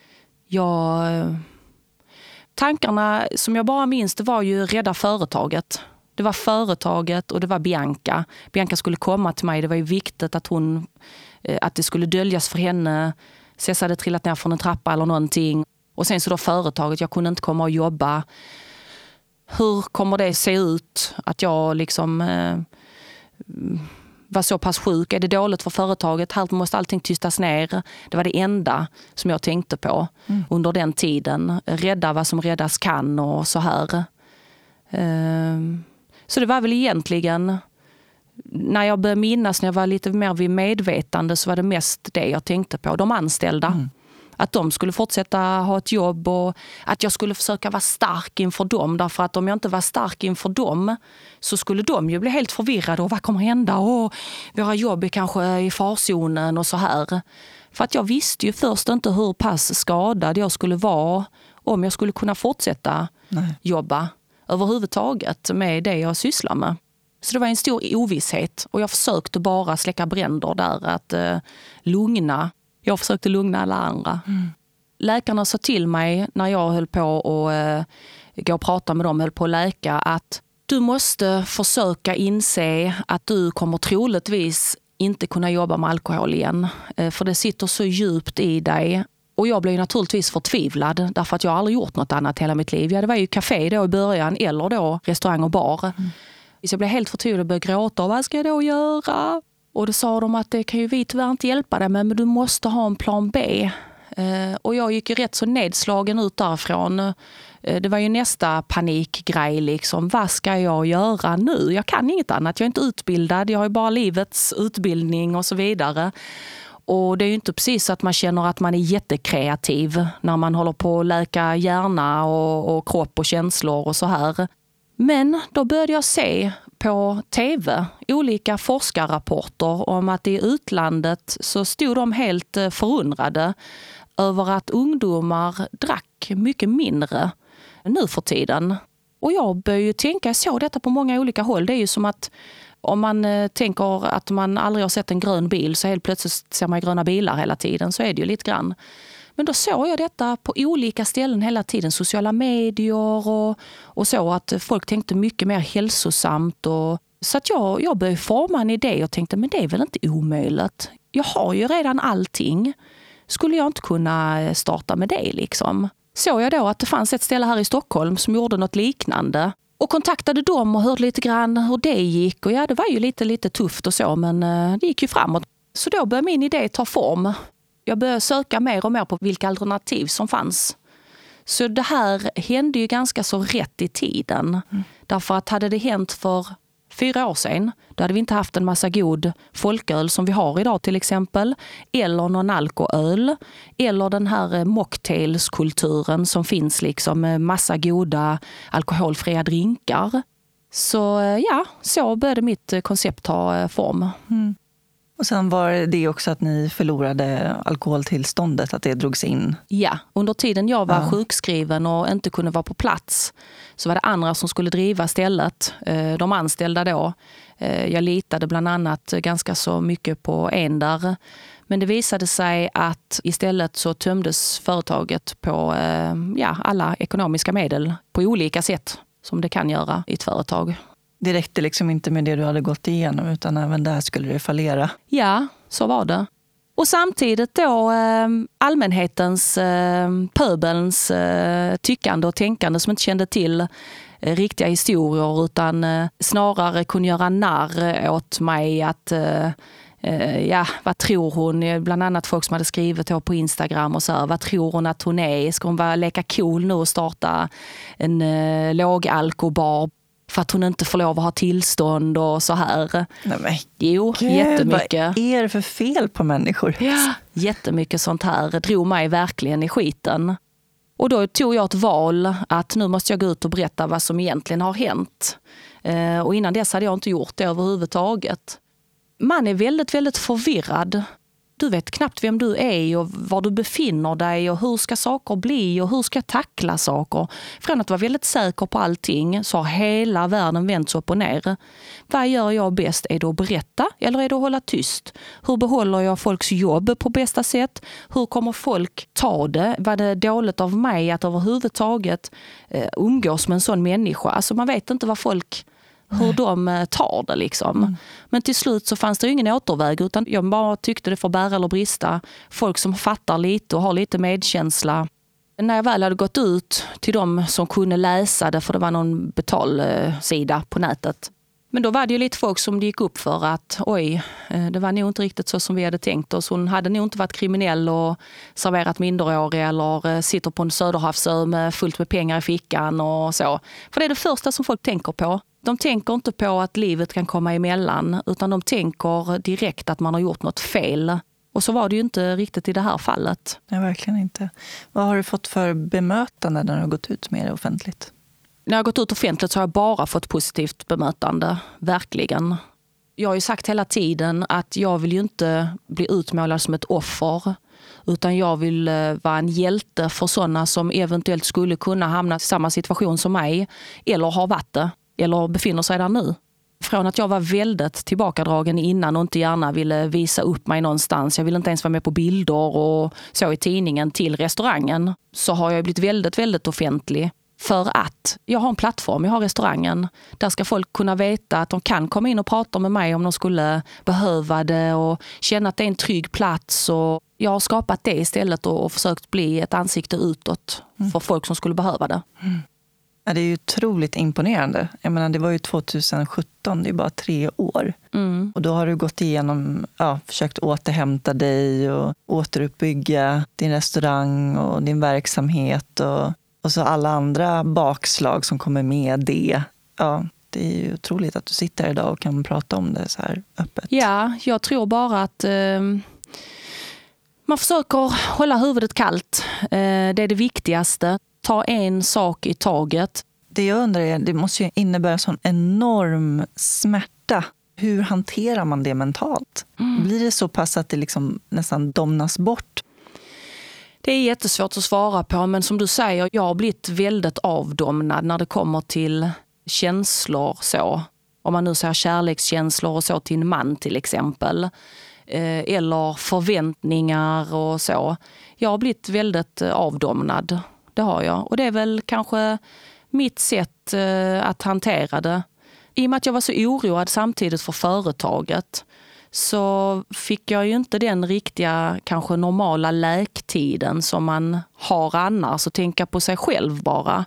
Jag... Tankarna som jag bara minns det var ju rädda företaget. Det var företaget och det var Bianca. Bianca skulle komma till mig. Det var ju viktigt att hon att det skulle döljas för henne. Cessa hade trillat ner från en trappa eller någonting. Och sen så då företaget. Jag kunde inte komma och jobba. Hur kommer det se ut att jag liksom eh, var så pass sjuk? Är det dåligt för företaget? Här måste allting tystas ner. Det var det enda som jag tänkte på mm. under den tiden. Rädda vad som räddas kan och så här. Um, så det var väl egentligen, när jag började minnas, när jag var lite mer vid medvetande, så var det mest det jag tänkte på. De anställda. Mm. Att de skulle fortsätta ha ett jobb och att jag skulle försöka vara stark inför dem. Därför att om jag inte var stark inför dem så skulle de ju bli helt förvirrade. Och vad kommer hända? Och våra jobb är kanske i farzonen och så här. För att jag visste ju först inte hur pass skadad jag skulle vara om jag skulle kunna fortsätta Nej. jobba överhuvudtaget med det jag sysslar med. Så det var en stor ovisshet och jag försökte bara släcka bränder där, att eh, lugna. Jag försökte lugna alla andra. Mm. Läkarna sa till mig när jag höll på att eh, gå och prata med dem, höll på att läka, att du måste försöka inse att du kommer troligtvis inte kunna jobba med alkohol igen. Eh, för det sitter så djupt i dig. Och jag blev naturligtvis förtvivlad därför att jag aldrig gjort något annat hela mitt liv. Ja, det var ju café då i början eller då restaurang och bar. Mm. Så jag blev helt förtvivlad och började gråta. Vad ska jag då göra? Och då sa de att det kan ju vi tyvärr inte hjälpa dig med, men du måste ha en plan B. Eh, och jag gick ju rätt så nedslagen ut därifrån. Eh, det var ju nästa panikgrej liksom. Vad ska jag göra nu? Jag kan inget annat. Jag är inte utbildad. Jag har ju bara livets utbildning och så vidare. Och det är ju inte precis att man känner att man är jättekreativ när man håller på att läka hjärna och, och kropp och känslor och så här. Men då började jag se på tv olika forskarrapporter om att i utlandet så stod de helt förundrade över att ungdomar drack mycket mindre nu för tiden. Och jag började ju tänka, jag såg detta på många olika håll. Det är ju som att om man tänker att man aldrig har sett en grön bil så helt plötsligt ser man gröna bilar hela tiden, så är det ju lite grann. Men då såg jag detta på olika ställen hela tiden, sociala medier och, och så, att folk tänkte mycket mer hälsosamt. Och, så att jag, jag började forma en idé och tänkte, men det är väl inte omöjligt. Jag har ju redan allting. Skulle jag inte kunna starta med det liksom? Såg jag då att det fanns ett ställe här i Stockholm som gjorde något liknande. Och kontaktade dem och hörde lite grann hur det gick. Och ja, det var ju lite, lite tufft och så, men det gick ju framåt. Så då började min idé ta form. Jag började söka mer och mer på vilka alternativ som fanns. Så det här hände ju ganska så rätt i tiden. Mm. Därför att hade det hänt för fyra år sedan, då hade vi inte haft en massa god folköl som vi har idag till exempel, eller någon alkoöl, eller den här mocktailskulturen som finns liksom med massa goda alkoholfria drinkar. Så ja, så började mitt koncept ta form. Mm. Och sen var det också att ni förlorade alkoholtillståndet, att det drogs in? Ja, under tiden jag var ja. sjukskriven och inte kunde vara på plats så var det andra som skulle driva stället, de anställda då. Jag litade bland annat ganska så mycket på en där. Men det visade sig att istället så tömdes företaget på ja, alla ekonomiska medel på olika sätt som det kan göra i ett företag. Det räckte liksom inte med det du hade gått igenom utan även där skulle det fallera. Ja, så var det. Och samtidigt då eh, allmänhetens, eh, pöbelns eh, tyckande och tänkande som inte kände till eh, riktiga historier utan eh, snarare kunde göra narr åt mig att eh, eh, ja, vad tror hon? Bland annat folk som hade skrivit då på Instagram och så här, vad tror hon att hon är? Ska hon vara leka cool nu och starta en eh, lågalkobar? För att hon inte får lov att ha tillstånd och så här. Nej, men, jo, Gud, jättemycket. Vad är det för fel på människor? Ja, jättemycket sånt här drog mig verkligen i skiten. Och då tog jag ett val att nu måste jag gå ut och berätta vad som egentligen har hänt. Eh, och innan dess hade jag inte gjort det överhuvudtaget. Man är väldigt, väldigt förvirrad. Du vet knappt vem du är och var du befinner dig och hur ska saker bli och hur ska jag tackla saker. Från att vara väldigt säker på allting så har hela världen vänts upp och ner. Vad gör jag bäst? Är det att berätta eller är det att hålla tyst? Hur behåller jag folks jobb på bästa sätt? Hur kommer folk ta det? Var det dåligt av mig att överhuvudtaget eh, umgås med en sån människa? Alltså man vet inte vad folk... hur de tar det liksom. Mm. Men till slut så fanns det ingen återväg utan jag bara tyckte det får bära eller brista. Folk som fattar lite och har lite medkänsla. När jag väl hade gått ut till de som kunde läsa det, för det var någon betalsida på nätet. Men då var det ju lite folk som det gick upp för att oj, det var nog inte riktigt så som vi hade tänkt oss. Hon hade nog inte varit kriminell och serverat minderåriga eller sitter på en söderhavsö med fullt med pengar i fickan och så. För det är det första som folk tänker på. De tänker inte på att livet kan komma emellan utan de tänker direkt att man har gjort något fel. Och så var det ju inte riktigt i det här fallet. Nej, verkligen inte. Vad har du fått för bemötande när du har gått ut med det offentligt? När jag har gått ut offentligt så har jag bara fått positivt bemötande. Verkligen. Jag har ju sagt hela tiden att jag vill ju inte bli utmålad som ett offer. Utan jag vill vara en hjälte för sådana som eventuellt skulle kunna hamna i samma situation som mig. Eller har varit det. Eller befinner sig där nu. Från att jag var väldigt tillbakadragen innan och inte gärna ville visa upp mig någonstans. Jag ville inte ens vara med på bilder och så i tidningen till restaurangen. Så har jag blivit väldigt, väldigt offentlig. För att jag har en plattform, jag har restaurangen. Där ska folk kunna veta att de kan komma in och prata med mig om de skulle behöva det. Och känna att det är en trygg plats. Och jag har skapat det istället och, och försökt bli ett ansikte utåt mm. för folk som skulle behöva det. Mm. Ja, det är ju otroligt imponerande. Jag menar, det var ju tjugohundrasjutton, det är bara tre år. Mm. Och då har du gått igenom, ja, försökt återhämta dig och återuppbygga din restaurang och din verksamhet. Och, och så alla andra bakslag som kommer med det. Ja, det är ju otroligt att du sitter här idag och kan prata om det så här öppet. Ja, jag tror bara att... Eh... Man försöker hålla huvudet kallt. Det är det viktigaste. Ta en sak i taget. Det jag undrar är, det måste ju innebära sån enorm smärta. Hur hanterar man det mentalt? Mm. Blir det så pass att det liksom nästan domnas bort? Det är jättesvårt att svara på, men som du säger, jag har blivit väldigt avdomnad när det kommer till känslor så. Om man nu säger kärlekskänslor och så till en man till exempel. Eller förväntningar och så. Jag har blivit väldigt avdomnad. Det har jag. Och det är väl kanske mitt sätt att hantera det. I och med att jag var så oroad samtidigt för företaget så fick jag ju inte den riktiga, kanske normala läktiden som man har annars och tänka på sig själv bara.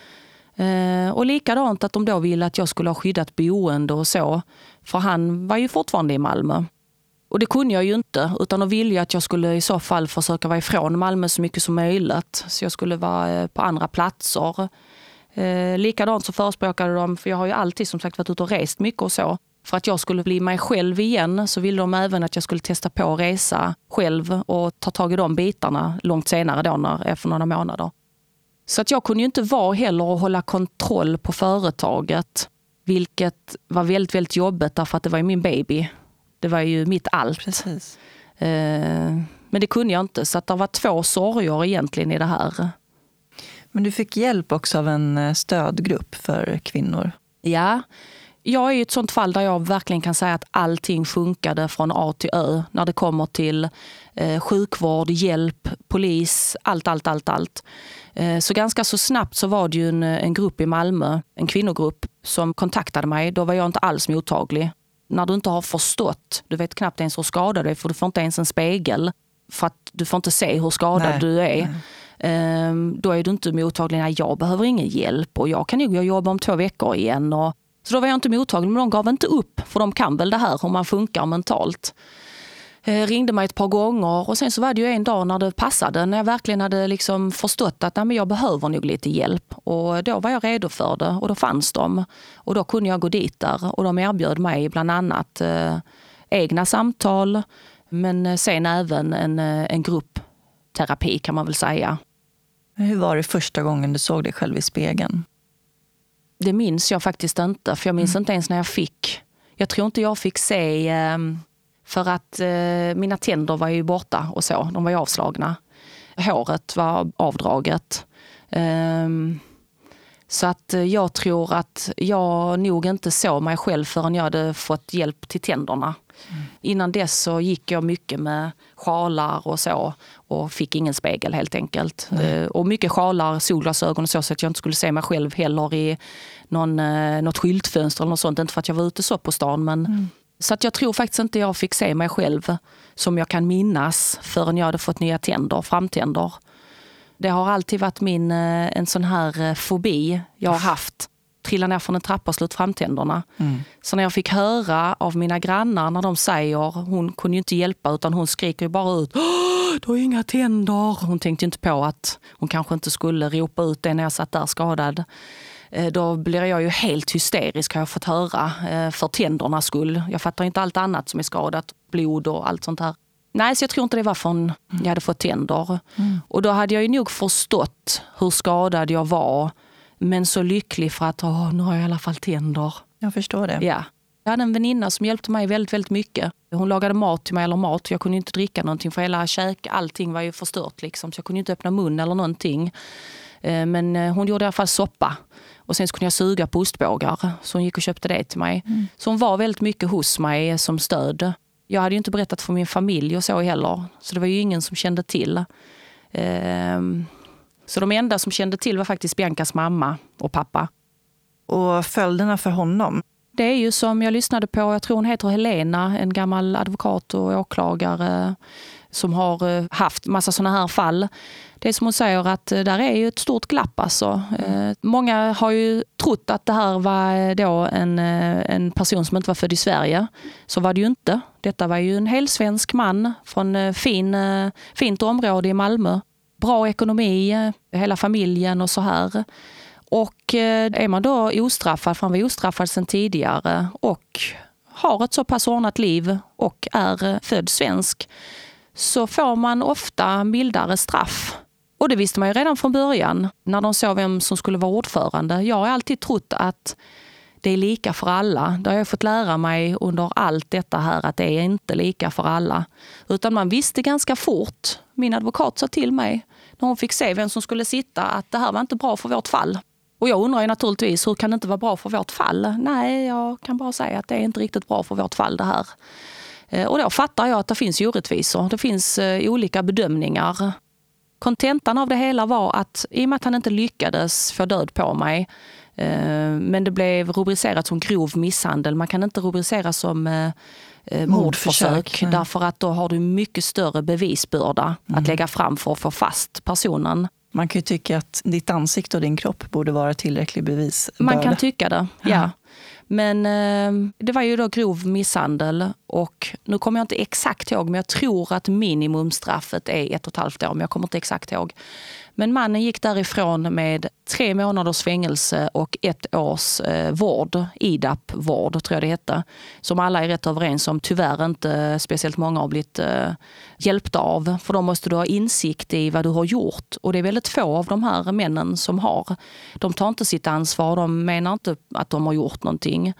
Och likadant att de då ville att jag skulle ha skyddat boende och så. För han var ju fortfarande i Malmö. Och det kunde jag ju inte, utan de ville ju att jag skulle i så fall försöka vara ifrån Malmö så mycket som möjligt. Så jag skulle vara på andra platser. Eh, likadant så förespråkade de, för jag har ju alltid som sagt varit ute och rest mycket och så. För att jag skulle bli mig själv igen så ville de även att jag skulle testa på att resa själv och ta tag i de bitarna långt senare då, när, efter några månader. Så att jag kunde ju inte vara heller och hålla kontroll på företaget. Vilket var väldigt, väldigt jobbigt därför att det var ju min baby. Det var ju mitt allt. Precis. Eh, men det kunde jag inte. Så att det var två sorger egentligen i det här. Men du fick hjälp också av en stödgrupp för kvinnor. Ja, jag är i ett sånt fall där jag verkligen kan säga att allting funkade från A till Ö. När det kommer till eh, sjukvård, hjälp, polis, allt, allt, allt, allt. Eh, så ganska så snabbt så var det ju en, en grupp i Malmö, en kvinnogrupp som kontaktade mig. Då var jag inte alls mottaglig. När du inte har förstått, du vet knappt ens hur skadad du är, för du får inte ens en spegel. För att du får inte se hur skadad Nej. du är. Eh, då är du inte mottaglig. Nej, jag behöver ingen hjälp och jag kan nog jobba om två veckor igen. Och så då var jag inte mottaglig, men de gav inte upp. För de kan väl det här, hur man funkar mentalt. Eh, ringde mig ett par gånger och sen så var det ju en dag när det passade. När jag verkligen hade liksom förstått att nej, men jag behöver nog lite hjälp. Och då var jag redo för det och då fanns de. Och då kunde jag gå dit där och de erbjöd mig bland annat eh, egna samtal. Men sen även en, en gruppterapi kan man väl säga. Hur var det första gången du såg dig själv i spegeln? Det minns jag faktiskt inte, för jag minns mm. inte ens när jag fick. Jag tror inte jag fick se, för att mina tänder var ju borta och så. De var ju avslagna. Håret var avdraget. Så att jag tror att jag nog inte såg mig själv förrän jag hade fått hjälp till tänderna. Mm. Innan dess så gick jag mycket med sjalar och så och fick ingen spegel helt enkelt. Mm. Och mycket sjalar, solglasögon och så, så att jag inte skulle se mig själv heller i någon, något skyltfönster eller något sånt. Inte för att jag var ute så på stan, men mm. så att jag tror faktiskt inte jag fick se mig själv som jag kan minnas förrän jag hade fått nya tänder, framtänder. Det har alltid varit min en sån här fobi jag har haft. Trilla ner från en trappa och slut framtänderna. Mm. Så när jag fick höra av mina grannar när de säger, hon kunde ju inte hjälpa utan hon skriker ju bara ut, du har inga tänder. Hon tänkte inte på att hon kanske inte skulle ropa ut det när jag satt där skadad. Då blir jag ju helt hysterisk, har jag fått höra, för tändernas skull. Jag fattar inte allt annat som är skadat, blod och allt sånt här. Nej, så jag tror inte det var från jag hade fått tänder. Mm. Och då hade jag ju nog förstått hur skadad jag var. Men så lycklig för att åh, nu har jag i alla fall tänder. Jag förstår det. Ja. Jag hade en väninna som hjälpte mig väldigt, väldigt mycket. Hon lagade mat till mig eller mat. Jag kunde inte dricka någonting för hela käk. Allting var ju förstört liksom. Så jag kunde inte öppna mun eller någonting. Men hon gjorde i alla fall soppa. Och sen så kunde jag suga på ostbågar. Så hon gick och köpte det till mig. Mm. Så hon var väldigt mycket hos mig som stöd. Jag hade ju inte berättat för min familj och så heller. Så det var ju ingen som kände till. Ehm, så de enda som kände till var faktiskt Biancas mamma och pappa. Och följderna för honom? Det är ju som jag lyssnade på, jag tror hon heter Helena, en gammal advokat och åklagare som har haft massa såna här fall. Det är som hon säger att där är ju ett stort glapp alltså. Mm. Många har ju trott att det här var då en, en person som inte var född i Sverige. Så var det ju inte. Detta var ju en helsvensk man från fin, fint område i Malmö. Bra ekonomi, hela familjen och så här. Och är man då ostraffad, för han var ostraffad sedan tidigare och har ett så pass ordnat liv och är född svensk, så får man ofta mildare straff. Och det visste man ju redan från början när de såg vem som skulle vara ordförande. Jag har alltid trott att det är lika för alla. Det har jag fått lära mig under allt detta här, att det är inte lika för alla. Utan man visste ganska fort, min advokat sa till mig när hon fick se vem som skulle sitta, att det här var inte bra för vårt fall. Och jag undrar ju naturligtvis, hur kan det inte vara bra för vårt fall? Nej, jag kan bara säga att det är inte riktigt bra för vårt fall det här. Och då fattar jag att det finns orättvisor. Det finns olika bedömningar. Kontentan av det hela var att i och med att han inte lyckades få död på mig, men det blev rubricerat som grov misshandel. Man kan inte rubricera som eh, mordförsök, därför att då har du mycket större bevisbörda mm. att lägga fram för att få fast personen. Man kan ju tycka att ditt ansikte och din kropp borde vara tillräcklig bevisbörda. Man kan tycka det, ja. Men eh, det var ju då grov misshandel och nu kommer jag inte exakt ihåg, men jag tror att minimumstraffet är ett och ett halvt år, men jag kommer inte exakt ihåg. Men mannen gick därifrån med tre månaders fängelse och ett års eh, vård, I D A P-vård tror jag det hette, som alla är rätt överens om. Tyvärr inte speciellt många har blivit eh, hjälpta av, för då måste du ha insikt i vad du har gjort. Och det är väldigt få av de här männen som har. De tar inte sitt ansvar, de menar inte att de har gjort någonting.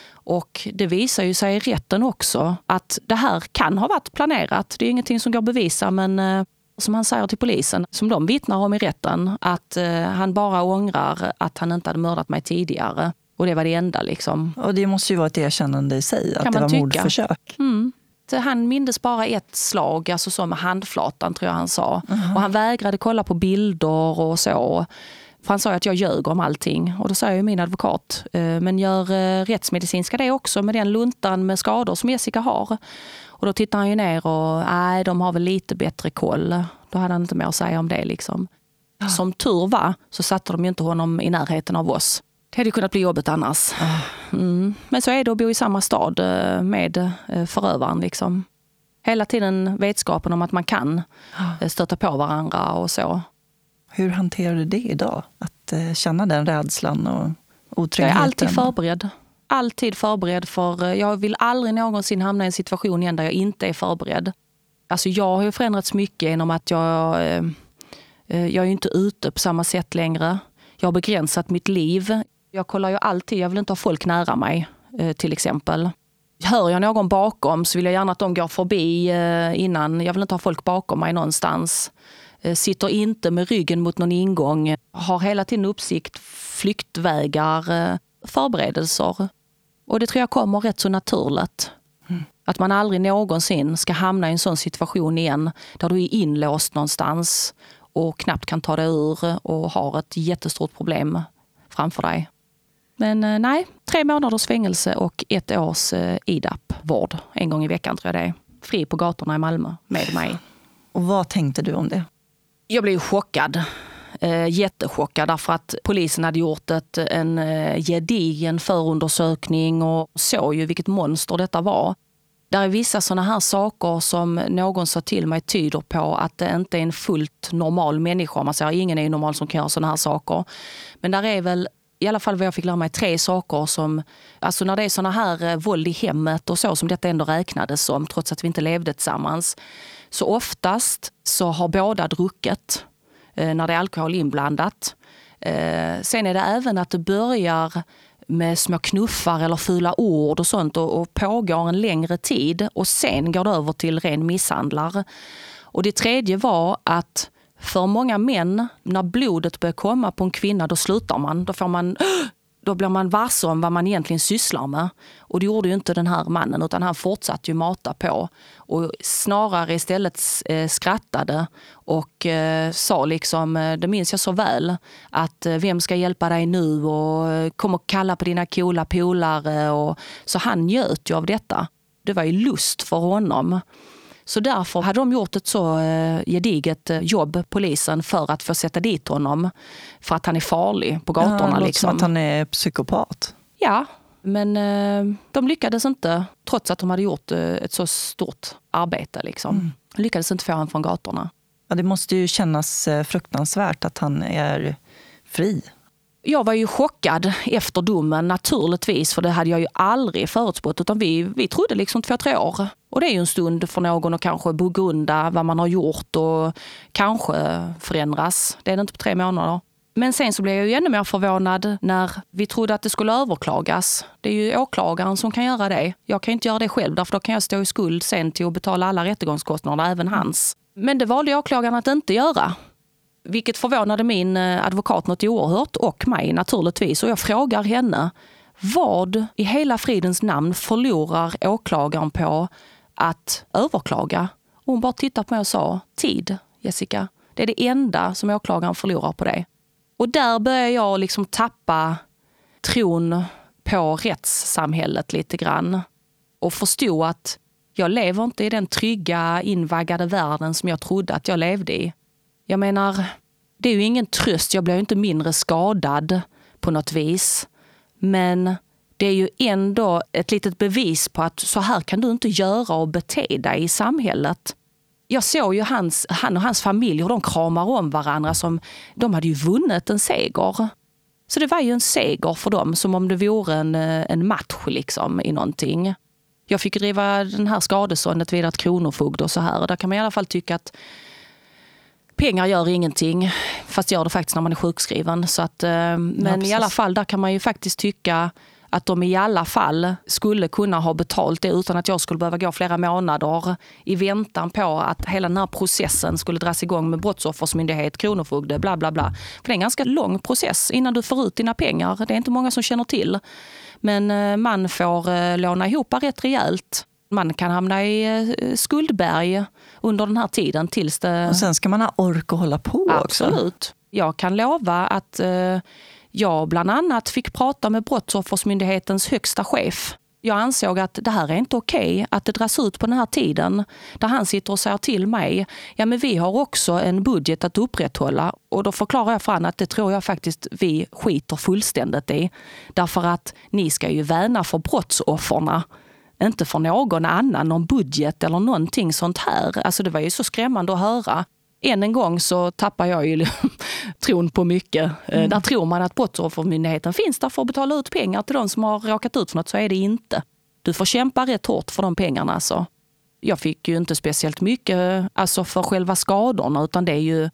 Och det visar ju sig i rätten också att det här kan ha varit planerat. Det är ingenting som går att bevisa, men eh, som han säger till polisen, som de vittnar om i rätten, att eh, han bara ångrar att han inte hade mördat mig tidigare. Och det var det enda liksom. Och det måste ju vara ett erkännande i sig, att kan det var tycka. mordförsök. Mm. Han mindes bara ett slag, alltså så med handflatan tror jag han sa. Uh-huh. Och han vägrade kolla på bilder och så. För han sa att jag ljög om allting. Och då sa ju min advokat, men gör rättsmedicinska det också med den luntan med skador som Jessica har? Och då tittar han ju ner och nej, de har väl lite bättre koll. Då hade han inte mer att säga om det liksom. Ja. Som tur var så satte de ju inte honom i närheten av oss. Det hade ju kunnat bli jobbet annars. Mm. Men så är det att bo i samma stad med förövaren liksom. Hela tiden vetskapen om att man kan stöta på varandra och så. Hur hanterar du det idag? Att eh, känna den rädslan och otryggheten? Jag är alltid förberedd. Alltid förberedd, för jag vill aldrig någonsin hamna i en situation igen där jag inte är förberedd. Alltså jag har ju förändrats mycket genom att jag, eh, jag är ju inte ute på samma sätt längre. Jag har begränsat mitt liv. Jag kollar ju alltid, jag vill inte ha folk nära mig eh, till exempel. Hör jag någon bakom så vill jag gärna att de går förbi eh, innan. Jag vill inte ha folk bakom mig någonstans. Sitter inte med ryggen mot någon ingång. Har hela tiden uppsikt, flyktvägar, förberedelser. Och det tror jag kommer rätt så naturligt. Mm. Att man aldrig någonsin ska hamna i en sån situation igen där du är inlåst någonstans och knappt kan ta dig ur och har ett jättestort problem framför dig. Men nej, tre månaders fängelse och ett års I D A P-vård. En gång i veckan tror jag det är. Fri på gatorna i Malmö med mig. Och vad tänkte du om det? Jag blev chockad. Eh, jättechockad därför att polisen hade gjort ett, en eh, gedigen förundersökning och såg ju vilket monster detta var. Där är vissa sådana här saker som någon sa till mig tyder på att det inte är en fullt normal människa. Man säger ingen är normal som kan göra sådana här saker. Men där är väl i alla fall vad jag fick lära mig tre saker som, alltså när det är sådana här eh, våld i hemmet och så som detta ändå räknades som, trots att vi inte levde tillsammans. Så oftast så har båda druckit eh, när det är alkohol inblandat. Eh, sen är det även att det börjar med små knuffar eller fula ord och sånt och, och pågår en längre tid och sen går det över till ren misshandlar. Och det tredje var att för många män, när blodet börjar komma på en kvinna, då slutar man. Då får man... Då blir man varse om vad man egentligen sysslar med. Och det gjorde ju inte den här mannen, utan han fortsatte ju mata på. Och snarare istället eh, skrattade och eh, sa liksom, det minns jag så väl, att eh, vem ska hjälpa dig nu och eh, kom och kalla på dina coola polare. Och, så han njöt ju av detta. Det var ju lust för honom. Så därför hade de gjort ett så eh, gediget jobb, polisen, för att få sätta dit honom. För att han är farlig på gatorna. Ja, det låter liksom. som att han är psykopat. Ja, men eh, de lyckades inte, trots att de hade gjort eh, ett så stort arbete. Liksom. Mm. De lyckades inte få honom från gatorna. Ja, det måste ju kännas eh, fruktansvärt att han är fri. Jag var ju chockad efter domen naturligtvis, för det hade jag ju aldrig förutspått, utan vi, vi trodde liksom två, tre år. Och det är ju en stund för någon att kanske begrunda vad man har gjort och kanske förändras. Det är det inte på tre månader. Men sen så blev jag ju ännu mer förvånad när vi trodde att det skulle överklagas. Det är ju åklagaren som kan göra det. Jag kan inte göra det själv, därför då kan jag stå i skuld sen till att betala alla rättegångskostnader, även hans. Men det valde åklagaren att inte göra. Vilket förvånade min advokat något oerhört och mig naturligtvis. Och jag frågar henne, vad i hela fridens namn förlorar åklagaren på att överklaga? Och hon bara tittade på mig och sa, tid, Jessica. Det är det enda som åklagaren förlorar på det. Och där börjar jag liksom tappa tron på rättssamhället lite grann. Och förstå att jag lever inte i den trygga, invaggade världen som jag trodde att jag levde i. Jag menar, det är ju ingen tröst. Jag blir ju inte mindre skadad på något vis. Men det är ju ändå ett litet bevis på att så här kan du inte göra och bete dig i samhället. Jag såg ju hans, han och hans familj, hur de kramar om varandra som de hade ju vunnit en seger. Så det var ju en seger för dem, som om det vore en, en match liksom i någonting. Jag fick driva den här skadeståndet vid ett kronofogd och så här. Och där kan man i alla fall tycka att pengar gör ingenting, fast gör det faktiskt när man är sjukskriven. Så att, men ja, i alla fall, där kan man ju faktiskt tycka att de i alla fall skulle kunna ha betalt det utan att jag skulle behöva gå flera månader i väntan på att hela den här processen skulle dras igång med brottsoffersmyndighet, kronofogde, bla bla bla. För det är en ganska lång process innan du får ut dina pengar. Det är inte många som känner till. Men man får låna ihop rätt rejält. Man kan hamna i skuldberg under den här tiden tills det... Och sen ska man ha ork att hålla på också. Absolut. Jag kan lova att eh, jag bland annat fick prata med Brottsoffersmyndighetens högsta chef. Jag ansåg att det här är inte okej att det dras ut på den här tiden där han sitter och säger till mig, ja men vi har också en budget att upprätthålla, och då förklarar jag för han att det tror jag faktiskt vi skiter fullständigt i. Därför att ni ska ju värna för brottsofferna, inte för någon annan, någon budget eller någonting sånt här. Alltså det var ju så skrämmande att höra. Än en gång så tappar jag ju tron på mycket. Mm. Där tror man att Brottsoffermyndigheten finns där för att betala ut pengar till de som har råkat ut för något, så är det inte. Du får kämpa rätt hårt för de pengarna. Alltså. Jag fick ju inte speciellt mycket alltså för själva skadorna, utan det är ju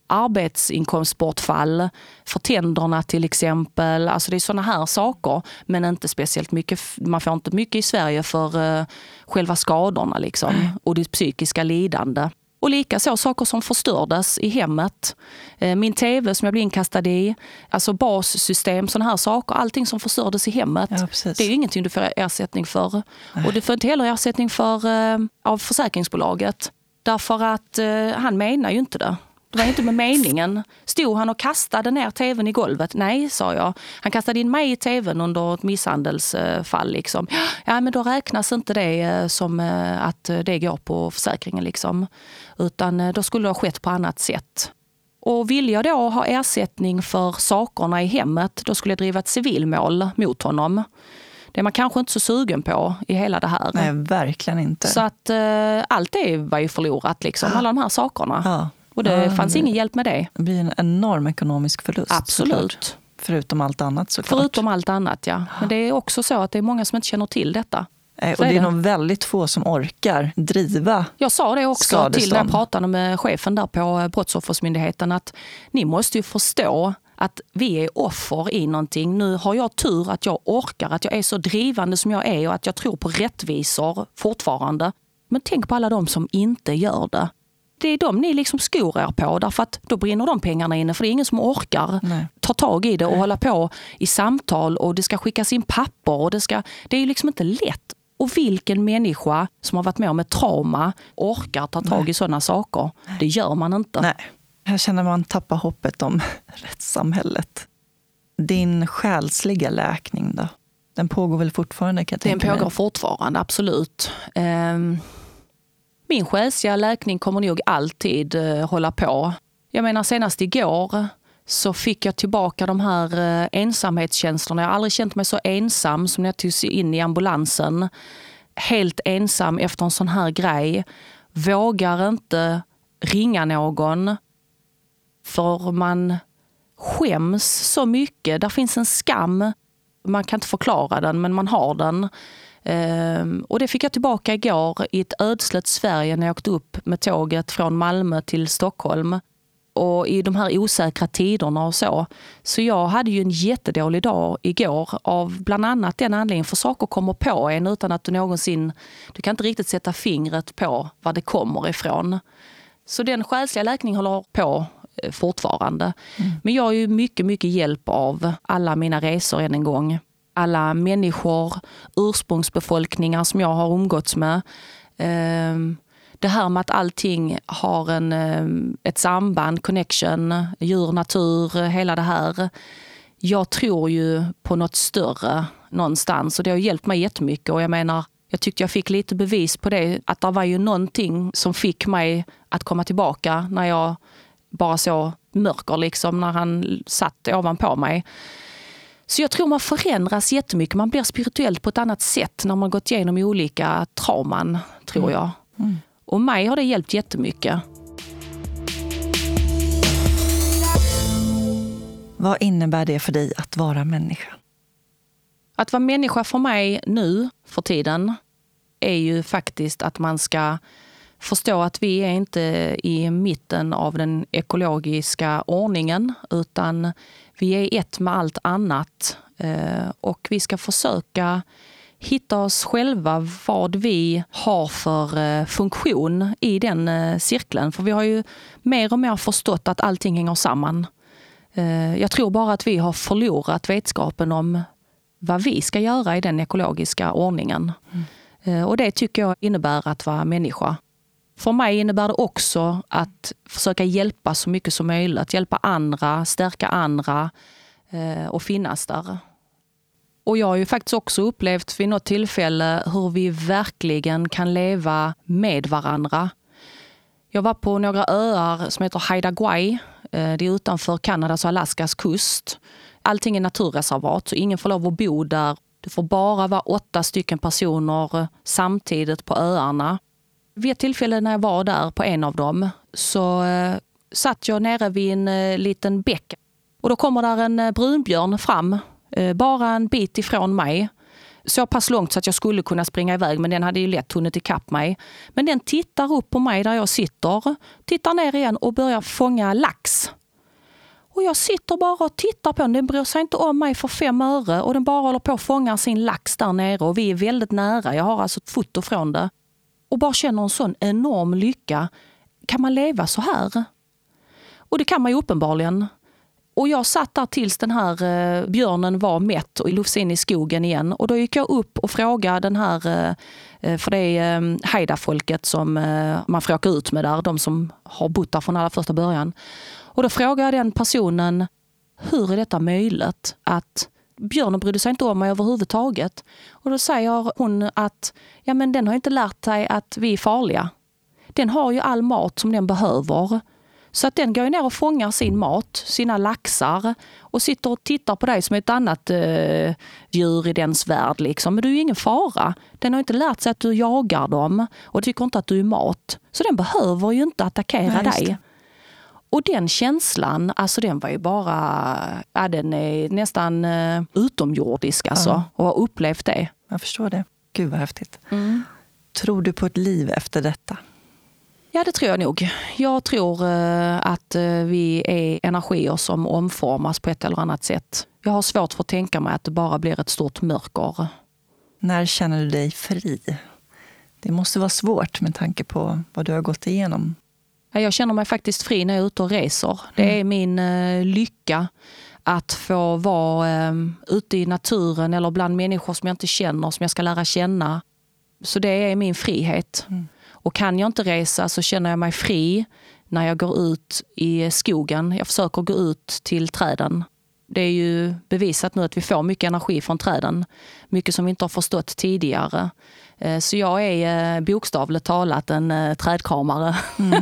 arbetsinkomstbortfall för tänderna till exempel. Alltså det är såna här saker, men inte speciellt mycket. Man får inte mycket i Sverige för uh, själva skadorna liksom, mm. och det psykiska lidande. Och lika så saker som förstördes i hemmet. Min tv som jag blev inkastad i. Alltså bassystem, sådana här saker. Allting som förstördes i hemmet. Ja, det är ju ingenting du får ersättning för. Nej. Och du får inte heller ersättning för eh, av försäkringsbolaget. Därför att eh, han menar ju inte det. Det var inte med meningen. Stod han och kastade ner tvn i golvet? Nej, sa jag. Han kastade in mig i tvn under ett misshandelsfall. Liksom. Ja, men då räknas inte det som att det går på försäkringen. Liksom. Utan då skulle det ha skett på annat sätt. Och vill jag då ha ersättning för sakerna i hemmet, då skulle jag driva ett civilmål mot honom. Det är man kanske inte så sugen på i hela det här. Nej, verkligen inte. Så att eh, allt det var ju förlorat, liksom. Alla de här sakerna. Ja. Och det ja, fanns det, ingen hjälp med det. Det blir en enorm ekonomisk förlust. Absolut. Såklart. Förutom allt annat såklart. Förutom allt annat, ja. Men det är också så att det är många som inte känner till detta. Eh, och det är, det. nog väldigt få som orkar driva. Jag sa det också skadestånd. Till när jag pratade med chefen där på Brottsoffersmyndigheten, att ni måste ju förstå att vi är offer i någonting. Nu har jag tur att jag orkar, att jag är så drivande som jag är och att jag tror på rättvisor fortfarande. Men tänk på alla de som inte gör det. Det är de ni liksom skor er på, därför att då brinner de pengarna inne, för det är ingen som orkar Nej. ta tag i det och Nej. hålla på i samtal, och det ska skickas in papper och det ska, det är ju liksom inte lätt. Och vilken människa som har varit med om ett trauma orkar ta tag Nej. i sådana saker? Det gör man inte. Nej. Här känner man tappa hoppet om rättssamhället. Din själsliga läkning då? Den pågår väl fortfarande, kan jag tänka mig? Den pågår fortfarande, absolut. Um... Min själsliga läkning kommer nog alltid eh, hålla på. Jag menar, senast igår så fick jag tillbaka de här eh, ensamhetskänslorna. Jag har aldrig känt mig så ensam som när jag tog sig in i ambulansen. Helt ensam efter en sån här grej. Vågar inte ringa någon. För man skäms så mycket. Där finns en skam. Man kan inte förklara den, men man har den. Um, och det fick jag tillbaka igår i ett ödsligt Sverige när jag åkte upp med tåget från Malmö till Stockholm. Och i de här osäkra tiderna och så. Så jag hade ju en jättedålig dag igår av bland annat den anledningen, för saker kommer på en utan att du någonsin, du kan inte riktigt sätta fingret på var det kommer ifrån. Så den själsliga läkningen håller på fortfarande. Mm. Men jag har ju mycket, mycket hjälp av alla mina resor än en gång. Alla människor, ursprungsbefolkningar som jag har umgåtts med. Det här med att allting har en, ett samband, connection, djur, natur, hela det här. Jag tror ju på något större någonstans, och det har hjälpt mig jättemycket. Och jag menar, jag tyckte jag fick lite bevis på det, att det var ju någonting som fick mig att komma tillbaka när jag bara så mörker liksom, när han satt ovanpå mig. Så jag tror man förändras jättemycket. Man blir spirituellt på ett annat sätt när man gått igenom olika trauman, tror jag. Mm. Och mig har det hjälpt jättemycket. Vad innebär det för dig att vara människa? Att vara människa för mig nu för tiden är ju faktiskt att man ska förstå att vi är inte i mitten av den ekologiska ordningen, utan vi är ett med allt annat. Och vi ska försöka hitta oss själva, vad vi har för funktion i den cirkeln. För vi har ju mer och mer förstått att allting hänger samman. Jag tror bara att vi har förlorat vetskapen om vad vi ska göra i den ekologiska ordningen. Mm. Och det tycker jag innebär att vara människa. För mig innebär det också att försöka hjälpa så mycket som möjligt. Att hjälpa andra, stärka andra och finnas där. Och jag har ju faktiskt också upplevt vid något tillfälle hur vi verkligen kan leva med varandra. Jag var på några öar som heter Haida Gwaii. Det är utanför Kanadas och Alaskas kust. Allting är naturreservat, så ingen får lov att bo där. Det får bara vara åtta stycken personer samtidigt på öarna. Vid ett tillfälle när jag var där på en av dem så eh, satt jag nere vid en eh, liten bäck. Och då kommer där en eh, brunbjörn fram, eh, bara en bit ifrån mig. Så pass långt så att jag skulle kunna springa iväg, men den hade ju lätt hunnit ikapp mig. Men den tittar upp på mig där jag sitter, tittar ner igen och börjar fånga lax. Och jag sitter bara och tittar på den. Den bryr sig inte om mig för fem öre. Och den bara håller på att fånga sin lax där nere. Och vi är väldigt nära. Jag har alltså ett foto från det. Och bara känner en sån enorm lycka. Kan man leva så här? Och det kan man ju uppenbarligen. Och jag satt där tills den här eh, björnen var mätt och lufs in i skogen igen. Och då gick jag upp och frågade den här, eh, för det är eh, Haida-folket som eh, man får åka ut med där. De som har bott där från allra första början. Och då frågade jag den personen, hur är detta möjligt att björnen brydde sig inte om mig överhuvudtaget? Och då säger hon att ja, men den har inte lärt sig att vi är farliga. Den har ju all mat som den behöver. Så att den går ju ner och fångar sin mat, sina laxar och sitter och tittar på dig som ett annat eh, djur i dens värld. Liksom. Men du är ju ingen fara. Den har inte lärt sig att du jagar dem och tycker inte att du är mat. Så den behöver ju inte attackera Nej, dig. Och den känslan, alltså den var ju bara, ja, den är nästan uh, utomjordisk alltså, ja. Och har upplevt det. Jag förstår det. Gud vad häftigt. Mm. Tror du på ett liv efter detta? Ja, det tror jag nog. Jag tror uh, att uh, vi är energier som omformas på ett eller annat sätt. Jag har svårt för att tänka mig att det bara blir ett stort mörker. När känner du dig fri? Det måste vara svårt med tanke på vad du har gått igenom. Jag känner mig faktiskt fri när jag är ute och reser. Det är min uh, lycka att få vara um, ute i naturen eller bland människor som jag inte känner, som jag ska lära känna. Så det är min frihet. Mm. Och kan jag inte resa så känner jag mig fri när jag går ut i skogen. Jag försöker gå ut till träden. Det är ju bevisat nu att vi får mycket energi från träden. Mycket som vi inte har förstått tidigare. Uh, så jag är uh, bokstavligt talat en uh, trädkramare. Mm.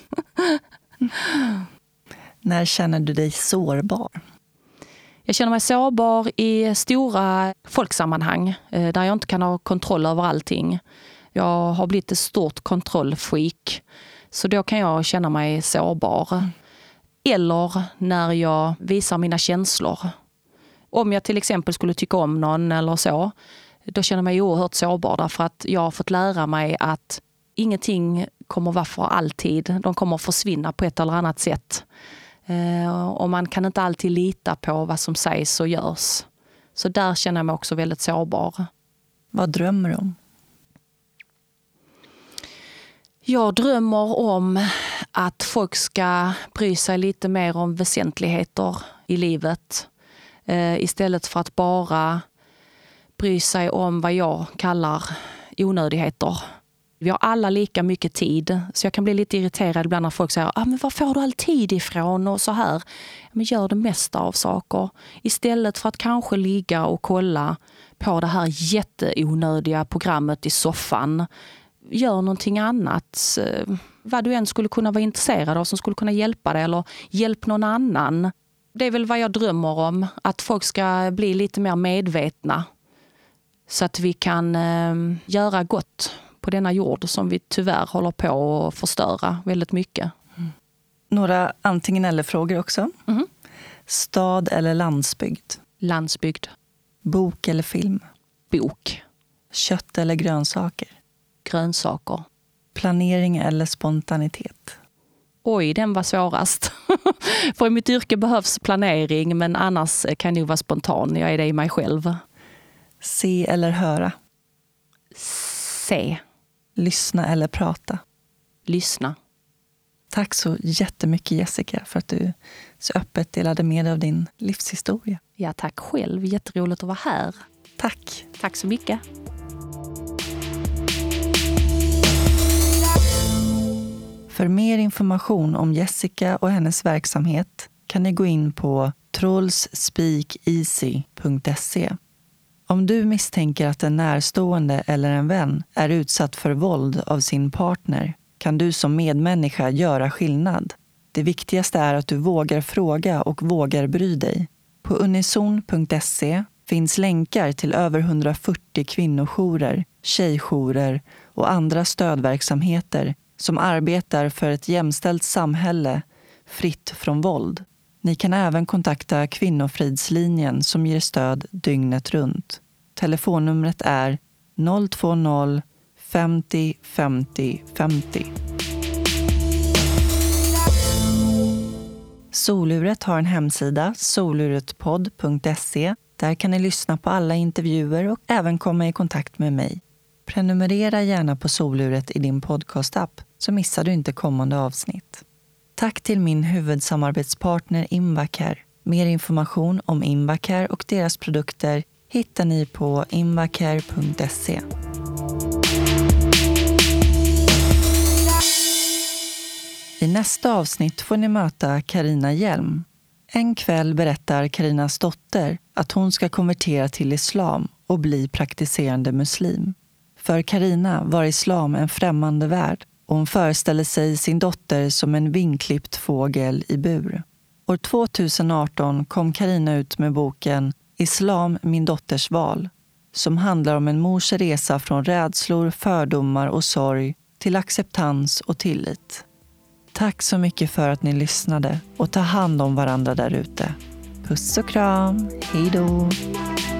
När känner du dig sårbar? Jag känner mig sårbar i stora folksammanhang där jag inte kan ha kontroll över allting. Jag har blivit ett stort kontrollfreak, så då kan jag känna mig sårbar. Mm. Eller när jag visar mina känslor. Om jag till exempel skulle tycka om någon eller så, då känner jag mig oerhört sårbar därför att jag har fått lära mig att ingenting kommer vara för alltid. De kommer försvinna på ett eller annat sätt. Eh, och man kan inte alltid lita på vad som sägs och görs. Så där känner jag mig också väldigt sårbar. Vad drömmer du om? Jag drömmer om att folk ska bry sig lite mer om väsentligheter i livet. Eh, istället för att bara bry sig om vad jag kallar onödigheter. Vi har alla lika mycket tid, så jag kan bli lite irriterad ibland när folk säger ah, men var får du all tid ifrån och så här. Men gör det mesta av saker. Istället för att kanske ligga och kolla på det här jätteonödiga programmet i soffan. Gör någonting annat. Vad du än skulle kunna vara intresserad av som skulle kunna hjälpa dig eller hjälp någon annan. Det är väl vad jag drömmer om. Att folk ska bli lite mer medvetna. Så att vi kan eh, göra gott på på denna jord som vi tyvärr håller på att förstöra väldigt mycket. Mm. Några antingen eller frågor också. Mm. Stad eller landsbygd? Landsbygd. Bok eller film? Bok. Kött eller grönsaker? Grönsaker. Planering eller spontanitet? Oj, den var svårast. För i mitt yrke behövs planering, men annars kan jag vara spontan. Jag är det i mig själv. Se eller höra? Se. Lyssna eller prata? Lyssna. Tack så jättemycket Jessica för att du så öppet delade med dig av din livshistoria. Ja, tack själv. Jätteroligt att vara här. Tack. Tack så mycket. För mer information om Jessica och hennes verksamhet kan ni gå in på trolls speak easy punkt se. Om du misstänker att en närstående eller en vän är utsatt för våld av sin partner kan du som medmänniska göra skillnad. Det viktigaste är att du vågar fråga och vågar bry dig. På unison punkt se finns länkar till över hundrafyrtio kvinnojourer, tjejjourer och andra stödverksamheter som arbetar för ett jämställt samhälle fritt från våld. Ni kan även kontakta Kvinnofridslinjen som ger stöd dygnet runt. Telefonnumret är noll två noll femtio femtio femtio. Soluret har en hemsida, soluretpodd punkt se. Där kan ni lyssna på alla intervjuer och även komma i kontakt med mig. Prenumerera gärna på Soluret i din podcastapp så missar du inte kommande avsnitt. Tack till min huvudsamarbetspartner Invacare. Mer information om Invacare och deras produkter hittar ni på invacare punkt se. I nästa avsnitt får ni möta Carina Hjelm. En kväll berättar Carinas dotter att hon ska konvertera till islam och bli praktiserande muslim. För Carina var islam en främmande värld och hon föreställer sig sin dotter som en vinklippt fågel i bur. År tjugoarton kom Carina ut med boken Islam, min dotters val, som handlar om en mors resa från rädslor, fördomar och sorg till acceptans och tillit. Tack så mycket för att ni lyssnade och ta hand om varandra där ute. Puss och kram, hej då!